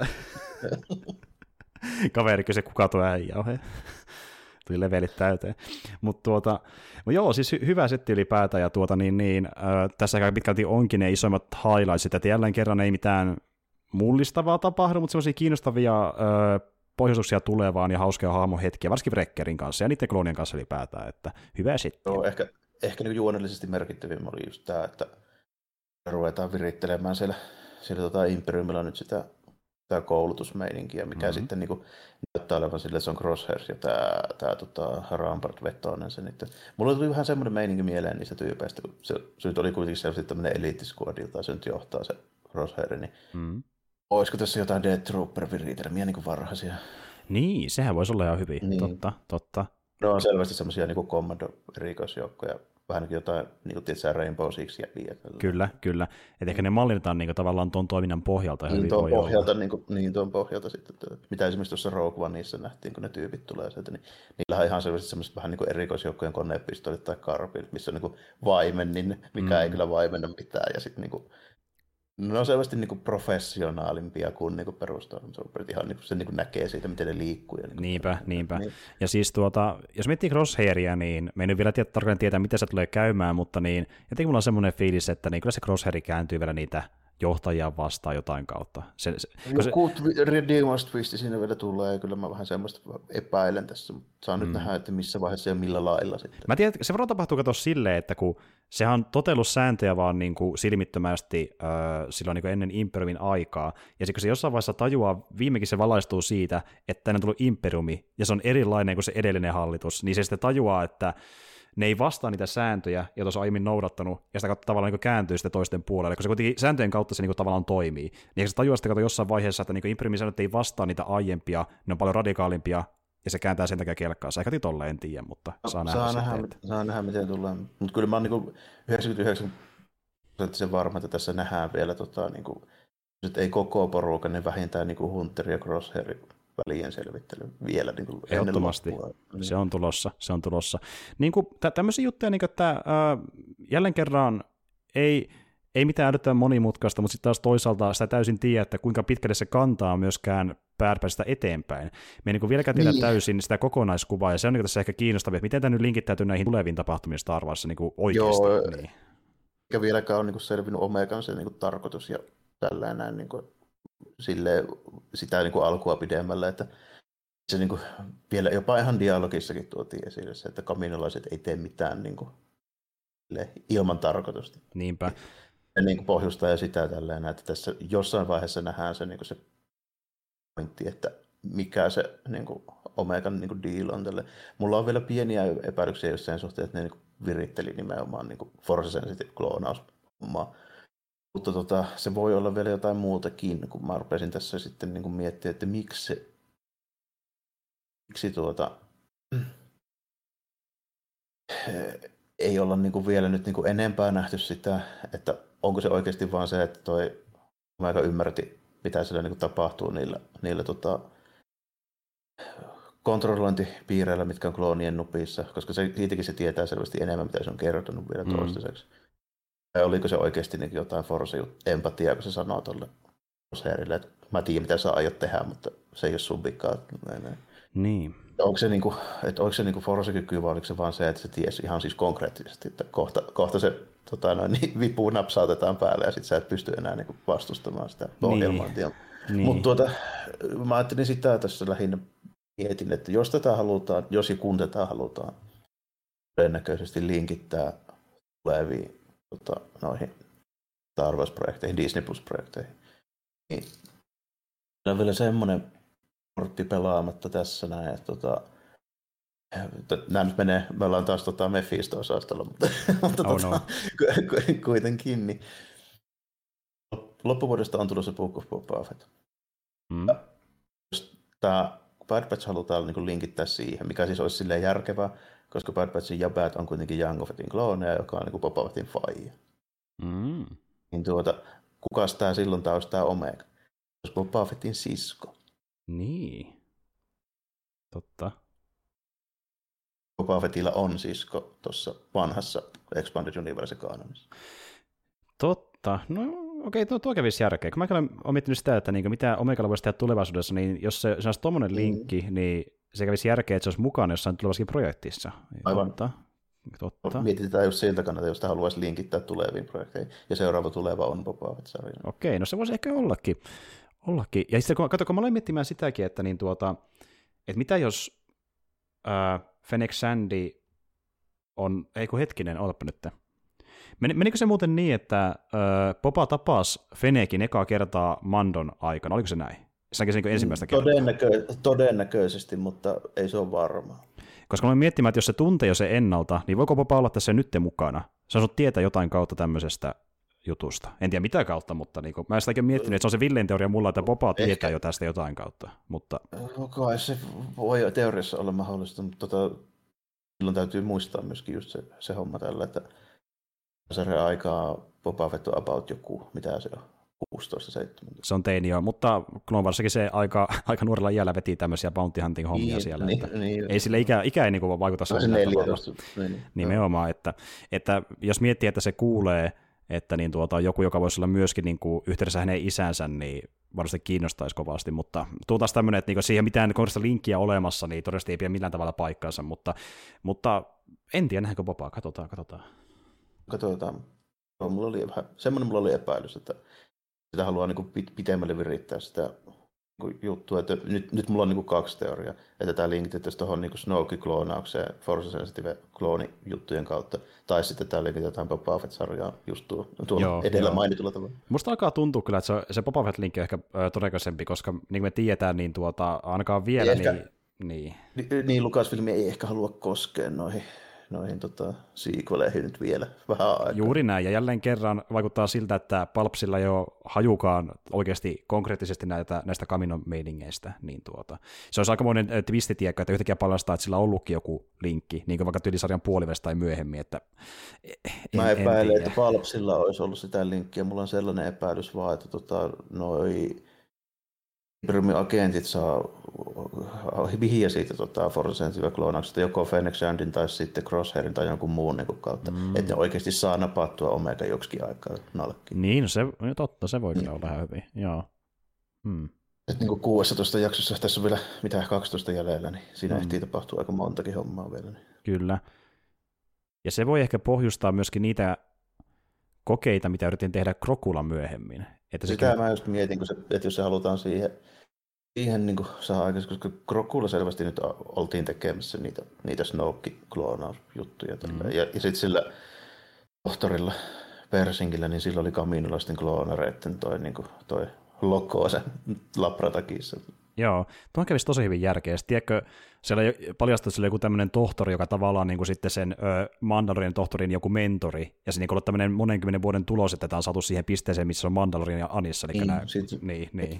Kaveri kysyi, kuka tuo äijä on. Tuli levelit täyteen. Mutta joo, siis hyvä setti ylipäätään, ja tässä aika pitkälti onkin ne isoimmat highlightsit, että jälleen kerran ei mitään mullistavaa tapahdu, mutta semmoisia kiinnostavia pohjoisuuksia tulevaan ja hauskaa hahmohetkiä, varsinkin Wreckerin kanssa ja niiden kloonien kanssa ylipäätään, että hyvä setti. Joo, ehkä niin juonellisesti merkittävimmä oli just tämä, että ruvetaan virittelemään siellä Imperiumilla nyt sitä koulutusmeininkiä, mikä sitten niin kuin näyttää olevan sille, että se on Crosshairs ja tämä Rampart-vetoinen. Mulla tuli vähän semmoinen meininki mieleen niistä tyypeistä, kun se nyt oli kuitenkin selvästi tämmöinen eliittisquadi, jota se nyt johtaa se Crosshair, niin olisiko tässä jotain Death Trooper-viritelmiä niin kuin varhaisia? Niin, sehän voisi olla ihan hyvin, niin. Totta. No on selvästi semmoisia niin kuin Commando-erikoisjoukkoja, vähän jotain, niin kuin tietysti Rainbow Six ja Kyllä. Että ehkä ne mallinnetaan niin tavallaan tuon toiminnan pohjalta. Niin tuon pohjalta sitten. Mitä esimerkiksi tuossa Rogue Oneissa nähtiin, kun ne tyypit tulee sieltä, niin niillä on ihan selvästi semmoiset vähän niin kuin erikoisjoukkojen konepistoolit tai karpit, missä on niin kuin vaimennin, mikä ei kyllä vaimenna mitään. Ja sitten niin kuin, ne on selvästi niin kuin professionaalimpia kuin perustormtrooperit. Ihan niin kuin se niin kuin näkee siitä, miten ne liikkuu. Ja niin Niinpä. Niin. Ja siis jos miettii Crosshairia, niin me ei nyt vielä tarkalleen tietää, miten se tulee käymään, mutta niin, jotenkin mulla on semmoinen fiilis, että niin kyllä se Crosshair kääntyy vielä niitä johtajia vastaan jotain kautta. Joku Redeemer's Twist siinä vielä tulee, ja kyllä mä vähän semmoista epäilen tässä, mutta saa nyt nähdä, että missä vaiheessa ja millä lailla sitten. Mä tiedän, että se varmaan tapahtuu katsoa silleen, että kun sehän on totellut sääntöjä vaan niin kuin silmittömästi silloin niin kuin ennen Imperiumin aikaa, ja kun se jossain vaiheessa tajuaa, viimekin se valaistuu siitä, että tänne on tullut Imperiumi, ja se on erilainen kuin se edellinen hallitus, niin se sitten tajuaa, että ne ei vastaa niitä sääntöjä, joita se on aiemmin noudattanut, ja sitä kautta tavallaan niin kääntyy sitten toisten puolelle, koska se kuitenkin sääntöjen kautta se niin tavallaan toimii. Niin se tajuaa sitten jossain vaiheessa, että niin Imperiumin säännöt ei vastaa niitä aiempia, ne on paljon radikaalimpia, ja se kääntää sen takia kelkkaansa. Ehkä tolleen en tiedä, mutta saa nähdä, miten tulee. Mutta kyllä mä oon niin 99% varma, että tässä nähdään vielä, niin kuin, että ei koko porukka, niin vähintään niin Hunter ja Crosshair välien selvittely vielä niin kuin ehdottomasti. Se on tulossa. Niin kuin, tämmöisiä juttuja, niin kuin, että jälleen kerran ei mitään älyttömän monimutkaista, mutta sitten taas toisaalta sitä täysin tiedä, että kuinka pitkälle se kantaa myöskään päästä eteenpäin. Me ei niin vieläkään tiedä täysin sitä kokonaiskuvaa, ja se on niin tässä ehkä kiinnostavaa, että miten tämä nyt linkittäytyy näihin tuleviin tapahtumiin Star Warsissa niin oikeasti. Joo, niin. Eikä vieläkään ole niin selvinnyt Omegan se niin tarkoitus ja tällainen niin sitä niin alkua pidemmällä, että se niin kuin, vielä jopa ihan dialogissakin tuotiin esille se, että kaminolaiset ei tee mitään niin kuin, ilman tarkoitusta. Niinpä. Ja niin kuin pohjustaa ja sitä tällainen, että tässä jossain vaiheessa nähdään se, niin kuin se pointti, että mikä se niin kuin Omegan niin kuin deal on tälle. Mulla on vielä pieniä epäilyksiä jossain suhteen, että ne niin kuin viritteli nimenomaan niin kuin Force Sensitive kloonaushommaa. Mutta se voi olla vielä jotain muutakin, kun mä rupesin tässä sitten niin kuin miettimään, että miksi ei olla niin kuin vielä nyt niin kuin enempää nähty sitä, että onko se oikeasti vaan se, että toi Omega ymmärti, mitä siellä niin kuin tapahtuu niillä kontrollointipiireillä, mitkä on kloonien nupissa, koska siitäkin se tietää selvästi enemmän, mitä se on kertonut vielä toistaiseksi. Ja oliko se oikeasti niin jotain Force-empatiaa, kun se sanoo tuolle Crosshairille, että mä tiedän, mitä sä aiot tehdä, mutta se ei ole sun vikaa. Niin. Onko se niinku Force-kyky vai oliko se vaan se, että se tiesi ihan siis konkreettisesti, että kohta se vipu napsautetaan päälle ja sitten sä et pysty enää niinku vastustamaan sitä ohjelmointia. Niin. Mutta mä ajattelin sitä tässä lähinnä mietin, että jos ja kun tätä halutaan todennäköisesti linkittää tuleviin noihin Star Wars-projekteihin, Disney Plus-projekteihin, niin on vielä semmoinen kortti pelaamatta tässä näin, että nämä nyt menee, me ollaan taas Mephisto-osastolla, mutta kuitenkin, niin loppuvuodesta on tulossa Book of Boba Fett. Jos tämä Bad Batch halutaan niin linkittää siihen, mikä siis olisi silleen järkevää, koska Bad Batchin jäbät on kuitenkin Jango Fettin klooneja, joka on niin Boba Fettin faija. Niin kukas tämä silloin olisi tämä Omega? Olisi Boba Fettin sisko. Niin. Totta. Boba Fettillä on sisko tuossa vanhassa Expanded Universe-kaanonissa. Totta. No okei, tuo kävisi järkeä. Kun mä olen miettinyt sitä, että niinku, mitä Omegalla voisi tehdä tulevaisuudessa, niin jos se olisi tuommoinen linkki, niin se kävisi järkeä, että se olisi mukana jossain tulevassakin projektissa. Aivan. Totta. Mietitään just siltä kannalta, jos sitä haluaisi linkittää tuleviin projekteihin. Ja seuraava tuleva on Boba Fett-sarja. Okei, no se voisi ehkä ollakin. Ja sitten kun mä olen miettimään sitäkin, että, niin että mitä jos Fennec Shand on, hetkinen, ootapa nyt. Menikö se muuten niin, että Boba tapasi Fennecin ekaa kertaa Mandon aikana, oliko se näin? Se niin ensimmäistä kertaa. Todennäköisesti, mutta ei se ole varmaa. Koska mä olen miettimään, että jos se tuntee jo se ennalta, niin voiko Boba olla tässä nyt mukana? Se on tietää jotain kautta tämmöisestä jutusta. En tiedä mitä kautta, mutta niin kuin, mä en sitä oikein miettinyt, että se on se villeen teoria mulla, että Boba tietää jo tästä jotain kautta. Mutta kai se voi teoriassa olla mahdollista, mutta silloin täytyy muistaa myöskin just se homma tällä, että sarjan aikaa Boba Fett on about joku, mitä se on, 16-17. Se on teini jo, mutta Clone Warssakin se aika nuorella iällä veti tämmöisiä bounty hunting hommia siellä. Ei sille ikä ei niin kuin vaikuta niin, nimenomaan, että jos miettii, että se kuulee, että niin joku, joka voisi olla myöskin niin kuin yhteydessä hänen isänsä, niin varmasti kiinnostaisi kovasti, mutta taas tämmöinen, että niin siihen mitään kohdasta linkkiä olemassa, niin todennäköisesti ei pidä millään tavalla paikkaansa, mutta en tiedä, nähdäänkö Bobaa, katsotaan. Mulla oli epäilys, että sitä haluaa niin kuin pitemmälle virittää sitä juttua, että nyt mulla on niin kuin kaksi teoriaa, että tämä linkitettäisiin tuohon niin Snoke-kloonaukseen, Force Sensitive kloonijuttujen kautta, tai sitten tämä linkitetään Boba Fett-sarjaan just tuolla edellä mainitulla tavalla. Musta alkaa tuntua kyllä, että se Boba Fett-linkki on ehkä todennäköisempi, koska niin kuin me tiedetään, niin ainakaan vielä niin Lucasfilm ei ehkä halua koskea noihin sequeleihin nyt vielä vähän aikaa. Juuri näin, ja jälleen kerran vaikuttaa siltä, että Palpsilla ei ole hajukaan oikeasti konkreettisesti näistä Kamino-meiningeistä, niin se olisi aikamoinen twistitiekka, että yhtäkkiä paljastaa, että sillä on ollutkin joku linkki, niin kuin vaikka tyylisarjan puolivesta tai myöhemmin, että mä epäilen, että Palpsilla olisi ollut sitä linkkiä, mulla on sellainen epäilys vaan, että Imperiumin agentit saa vihiä siitä Force Sensitive-kloonauksesta joko Fennec Shandin tai sitten Crosshairin tai jonkun muun niin kautta, että ne oikeasti saa napattua Omega joksikin aikaa nalkkiin. Niin, totta, se voi kyllä olla ihan hyvin, joo. Että niin 16 jaksossa, tässä on vielä 12 jäljellä, niin siinä ehtii tapahtua aika montakin hommaa vielä. Niin. Kyllä. Ja se voi ehkä pohjustaa myöskin niitä kokeita, mitä yritin tehdä Krokula myöhemmin. Että sitä mä just mietin, että jos se halutaan siihen niin saa aikaisemmin, koska Krokula selvästi nyt oltiin tekemässä niitä Snoke-kloonausjuttuja. Ja sitten sillä tohtorilla Persingillä, niin sillä oli kaminolaisten kloonareiden toi loko sen labratakissa. Joo, tuohon kävisi tosi hyvin järkeä. Tiedätkö, siellä paljastui sille joku tämmöinen tohtori, joka tavallaan niin kuin sitten sen Mandalorian tohtorin joku mentori, ja se niin ollut tämmöinen monenkymmenen vuoden tulos, että tämä on saatu siihen pisteeseen, missä on Mandalorian ja Anissa. Niin.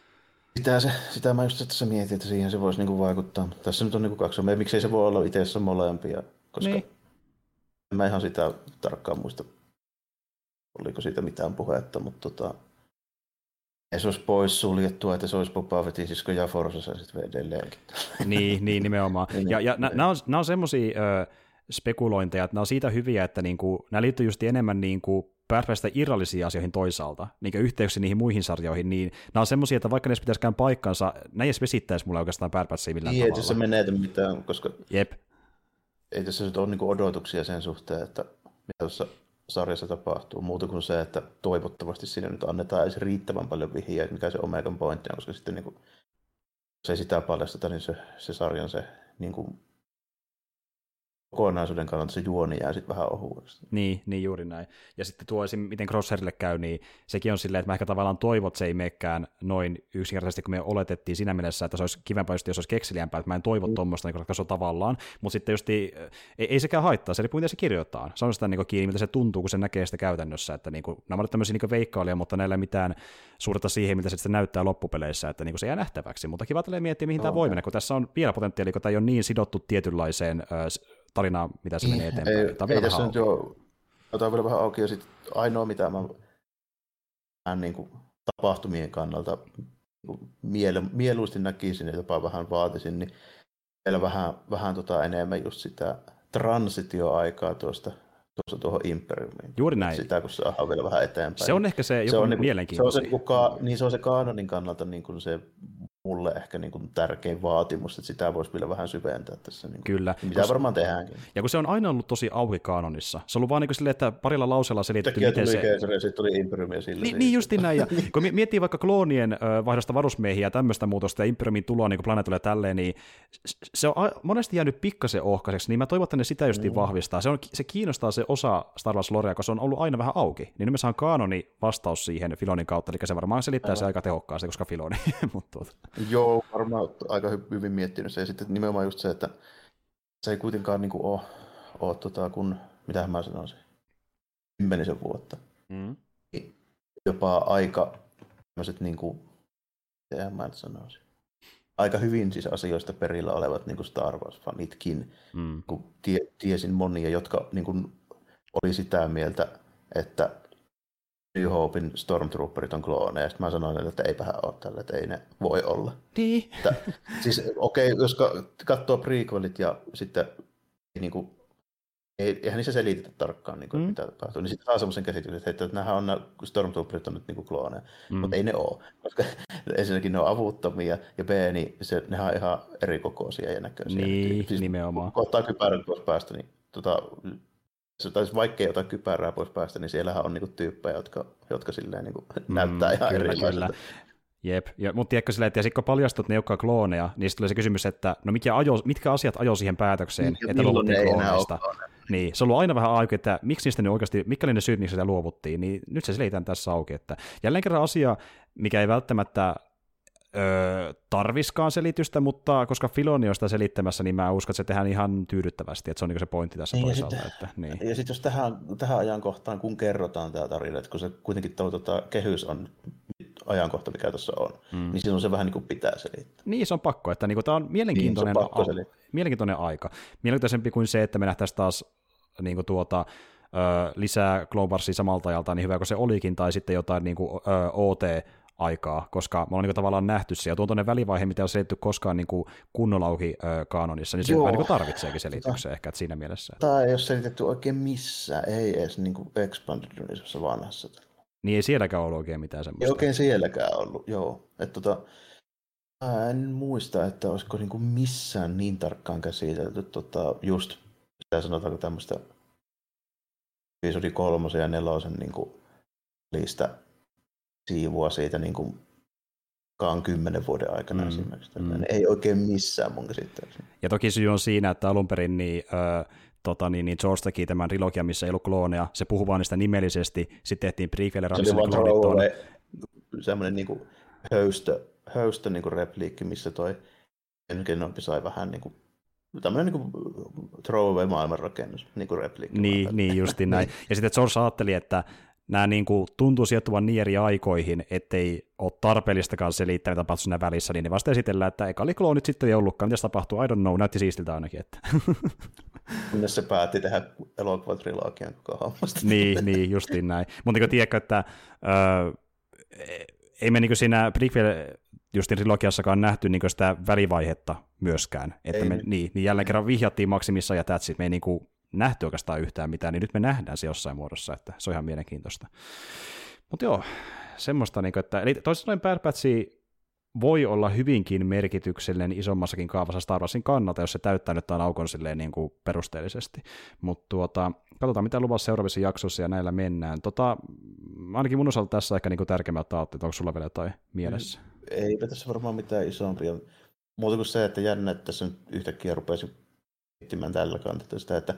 Sitä mä just tässä mietin, että siihen se voisi niinku vaikuttaa. Tässä nyt on niinku kaksi. Miksei se voi olla itse molempia, koska en mä ihan sitä tarkkaan muista, oliko siitä mitään puhetta, mutta ei se olisi pois suljettua, että se olisi Boba Fettin sisko Jaforsa sitten edelleenkin. Niin, nimenomaan. Ja nämä on semmoisia spekulointeja, että nämä on siitä hyviä, että niinku, nämä liittyy just enemmän niinku Bad Batchista irrallisiin asioihin toisaalta, niin yhteyksiä niihin muihin sarjoihin, niin nämä on semmoisia, että vaikka ne pitäisikään paikkansa, näin edes vesittäisi mulle oikeastaan Bad Batchia millään tavalla. Ei tässä menetä mitään, koska Jep. Ei tässä nyt ole niinku odotuksia sen suhteen, että mitä tuossa sarjassa tapahtuu, muuta kuin se, että toivottavasti siinä nyt annetaan edes riittävän paljon vihjeä, mikä se Omegan pointti on, koska sitten niinku, jos ei sitä paljasteta, niin se sarjan se niinku kokonaisuuden kannalta se juoni jää sitten vähän ohueksi. Niin juuri näin. Ja sitten tuo esim. Miten Crosshairille käy, niin sekin on silleen, että mä ehkä tavallaan toivon, että se ei menekään noin yksinkertaisesti, kun me oletettiin siinä mielessä, että se olisi kivempaa, jos olisi kekseliämpää, että mä en toivo tuommoista niin ratkaisua tavallaan, mutta sitten just ei sekään haittaa, se riippuu miten se kirjoittaa. Se on sitä niin kiinni, miltä se tuntuu, kun se näkee sitä käytännössä, että niin kuin, nämä ovat tämmöisiä niin veikkailuja, mutta näillä ei mitään suurta siihen, miltä se sitten näyttää loppupeleissä, että niin se jää nähtäväksi, mutta kiva tälle miettiä, mihin tämä voi mennä, kun tässä on vielä potentiaalia, kun tämä ei ole niin sidottu tietynlaiseen tarinaa, mitä se menee eteenpäin. Ei tässä nyt jo, otan vielä vähän auki, ja sitten ainoa, mitä mä niin kuin tapahtumien kannalta mieluusti näkisin ja jopa vähän vaatisin, niin vielä vähän enemmän just sitä transitioaikaa tuosta tuohon Imperiumiin. Juuri näin. Sitä, kun saadaan vielä vähän eteenpäin. Se on ehkä se joku mielenkiintoinen. Se on se kaanonin kannalta niin kuin se mulle ehkä niin kuin tärkein vaatimus, että sitä voisi vielä vähän syventää tässä. Niin kyllä. Mitä varmaan tehdäänkin. Ja kun se on aina ollut tosi auki kaanonissa. Se on ollut vaan niin kuin silleen, että parilla lauseella selitetty, miten se... Ja sitten tuli Imperiumia sillä. Niin justiin näin. Ja kun miettii vaikka kloonien vaihdosta varusmiehiä ja tämmöistä muutosta ja Imperiumin tuloa niin planeetalle ja tälleen, niin se on monesti jäänyt pikkasen ohkaiseksi, niin mä toivon, että ne sitä justiin vahvistaa. Se kiinnostaa se osa Star Wars Lorea, koska se on ollut aina vähän auki. Niin nyt me saan kaanoni vastaus siihen Filonin kautta, eli se varmaan selittää se aika tehokkaasti, koska Filoni. Joo, varmaan aika hyvin miettinyt se. Ja sitten nimenomaan just se, että se ei kuitenkaan niin kuin ole kun, mitähän mä sanoisin, 10 vuotta. Jopa aika tämmöiset, niin kuin, mitähän mä sanoisin, aika hyvin siis asioista perillä olevat niin kuin Star Wars-fanitkin. Kun tiesin monia, jotka niin kuin, oli sitä mieltä, että New Hopein Stormtrooperit on klooneja, ja sitten mä sanoin, että eipähän ole tällä, että ei ne voi olla. Niin. Siis jos katsoo prequelit ja sitten niin eihän niissä selitetä tarkkaan, niin kuin, mitä tapahtuu, niin sitten saa semmoisen käsityksen, että nämähän on, Stormtrooperit on nyt niin klooneja, mutta ei ne ole, koska ensinnäkin ne on avuttomia, ja B, niin nehän on ihan eri kokoisia ja näköisiä. Niin, siis, nimenomaan. Kun ottaa kypärät pois päästä, niin vaikka ei ota kypärää pois päästä, niin siellähän on niinku tyyppejä, jotka silleen niinku näyttää ihan erilaiselta. Jep, mutta tiedätkö silleen, että sitten kun paljastut ne, jotka on klooneja, niin sitten tulee se kysymys, että no mitkä asiat ajoi siihen päätökseen, että luovuttiin klooneista. Niin, se on ollut aina vähän auki, että miksi niistä nyt oikeasti, mitkä oli ne syyt, miksi sitä luovuttiin, niin nyt se selitään tässä auki, että jälleen kerran asia, mikä ei välttämättä tarviskaan selitystä, mutta koska Filoni on sitä selittämässä, niin mä uskon, että se tehdään ihan tyydyttävästi, että se on niin se pointti tässä toisaalta. Ja sitten jos tähän ajankohtaan, kun kerrotaan tämä tarina, että kun se kuitenkin kehys on ajankohta, mikä tuossa on, niin silloin se vähän niin kuin pitää selittää. Niin, se on pakko, että niin tämä on mielenkiintoinen aika. Mielenkiintoisempi kuin se, että me nähtäisiin taas niin lisää Clone Warsia samalta ajalta, niin hyvä kuin se olikin, tai sitten jotain niin OT-aikaa, koska me ollaan niin tavallaan nähty se, ja tuo tuonne välivaihe, mitä ei ole selitty koskaan niin kunnolla auki kaanonissa, niin se vähän niin tarvitseekin selityksen ehkä, että siinä mielessä. Tämä ei ole selitetty oikein missään, ei edes niin Expanded Universe vanhassa. Niin ei sielläkään ollut oikein mitään semmoista. Ei oikein sielläkään ollut, joo. Että en muista, että olisiko niin kuin missään niin tarkkaan käsitelty just, mitä sanotaanko tämmöistä episodi 3 ja 4 niin kuin niistä siivua siitä niin kuin 10 vuoden aikana esimerkiksi. Ei oikein missään mun käsittääkseni. Ja toki syy on siinä, että alun perin niin George teki tämän trilogian, missä ei ollut klooneja, se puhui vaan niistä nimellisesti, sitten tehtiin prequel-ransille kloonit on. Semmoinen niin kuin höystö höystä niin kuin repliikki, missä toi Kenobi sai vähän niin kuin tämmöinen niin throwaway maailmanrakennus, niin kuin repliikki. Niin justiin näin. Ja sitten George ajatteli, että nämä niin kuin tuntuu sijoittuvan niin eri aikoihin, ettei ole tarpeellistakaan selittää, mitä tapahtuu siinä välissä, niin ne vasta esitellään, että eka oli kloonit, sitten ei ollutkaan. Mitä tapahtuu? I don't know, näytti siistiltä ainakin. Että. Kunnes se päätti tehdä elokuvatrilogian koko hommasta. niin, justiin näin. Mutta niin tiedätkö, että ei me niin siinä prequel justiin trilogiassakaan nähty niin sitä välivaihetta myöskään. Että me, niin jälleen kerran vihjattiin maksimissa ja that's it. Me ei niin nähty oikeastaan yhtään mitään, niin nyt me nähdään se jossain muodossa, että se on ihan mielenkiintoista. Mutta joo, semmoista, niin kuin, että eli toisin sanoen Bad Batch voi olla hyvinkin merkityksellinen isommassakin kaavassa Star Warsin kannalta, jos se täyttää nyt tämän aukon silleen niin kuin perusteellisesti. Mutta katsotaan, mitä luvassa seuraavissa jaksoissa ja näillä mennään. Ainakin mun osalta tässä ehkä niin tärkeimmät aatteet, onko sulla vielä jotain mielessä? Eipä tässä varmaan mitään isompia. Muuta kuin se, että jännä, että tässä nyt yhtäkkiä rupesi miettimään tällä kantilla sitä, että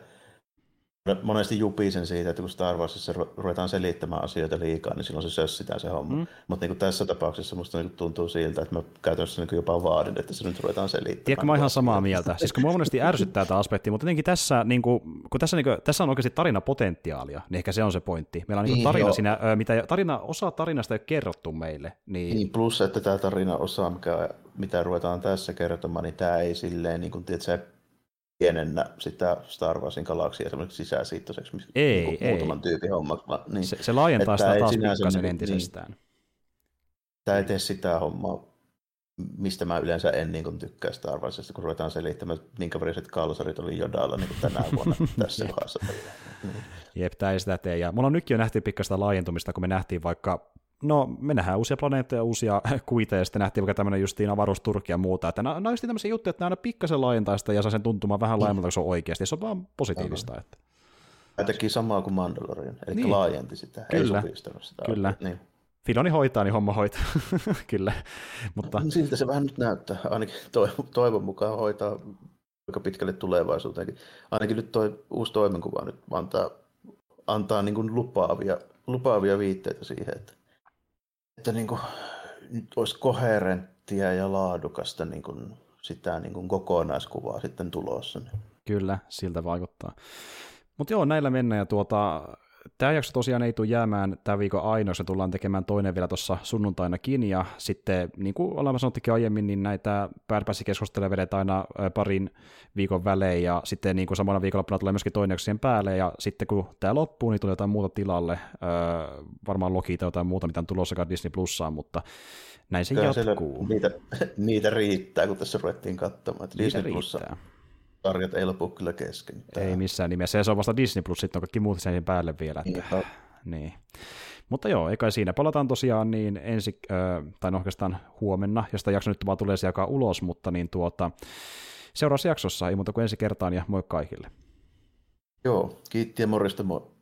monesti jupisen siitä, että kun Star Warsissa ruvetaan selittämään asioita liikaa, niin silloin se sössitään se homma. Mutta niin tässä tapauksessa musta niin tuntuu siltä, että mä käytännössä niin jopa vaadin, että se nyt ruvetaan selittämään. Tiedätkö, mä oon ihan samaa mieltä. Siis kun mua monesti ärsyttää tämä aspekti, mutta jotenkin tässä, niin kuin, kun tässä on oikeasti tarinapotentiaalia, niin ehkä se on se pointti. Meillä on niin tarina siinä, osa tarinasta ei ole kerrottu meille. Niin plus, että tämä tarinaosa, mitä ruvetaan tässä kertomaan, niin tämä ei silleen, niin kuin, tiedätkö, pienennä sitä Star Warsin galaksia semmoiseksi sisäsiittoiseksi muutaman tyypin hommaksi. Niin, se laajentaa sitä taas pikkasen entisestään. Niin, tämä ei tee sitä hommaa, mistä mä yleensä en niin tykkää Star Warsista, kun ruvetaan selittämään, minkä väriset kalsarit oli Jodalla niin tänä vuonna tässä kohdassa. Jep, tämä ei sitä tee. Ja mulla on nytkin jo nähty pikkaista laajentumista, kun me nähtiin vaikka me nähdään uusia planeettoja, uusia kuiteja, ja sitten nähtiin vaikka tämmöinen justiin avaruusturkki ja muuta, että nämä on just tämmöisiä juttuja, että nämä aina pikkasen laajentaa sitä ja saa sen tuntumaan vähän laajemmalta, kun se on oikeasti, se on vaan positiivista. Että. Tämä teki samaa kuin Mandalorian, eli laajenti sitä, kyllä, ei supistanut sitä. Kyllä, Filoni hoitaa, niin homma hoitaa, kyllä. Mutta siltä se vähän nyt näyttää, ainakin toivon mukaan hoitaa aika pitkälle tulevaisuuteenkin. Ainakin nyt uusi toimenkuva nyt antaa niin kuin lupaavia viitteitä siihen, että niin kuin, nyt olisi koherenttia ja laadukasta niin kuin, sitä niin kuin kokonaiskuvaa sitten tulossa. Kyllä, siltä vaikuttaa. Mutta joo, näillä mennään. Ja tämä jakso tosiaan ei tule jäämään tämän viikon ainoaksi, tullaan tekemään toinen vielä tuossa sunnuntainakin, ja sitten niin kuin olemme sanottikin aiemmin, niin näitä Bad Batch-keskusteluja vedetään aina parin viikon välein, ja sitten niin kuin samana viikonloppuna tulee myöskin toinen jakso siihen päälle, ja sitten kun tämä loppuu, niin tulee jotain muuta tilalle, varmaan Loki tai jotain muuta, mitä on tulossakaan Disney Plussaan, mutta näin se jatkuu. Niitä riittää, kun tässä ruvettiin katsomaan, että Disney Plussa sarjat ei lopu kyllä kesken. Ei missään nimessä, ja se on vasta Disney Plus, sitten on kaikki muut sen päälle vielä. Niin. Mutta joo, eikä siinä. Palataan tosiaan niin tai oikeastaan huomenna, josta jakso nyt vaan tulee se jakaa ulos, mutta niin seuraavassa jaksossa ei muuta kuin ensi kertaan, ja moi kaikille. Joo, kiitti ja morjesta moi.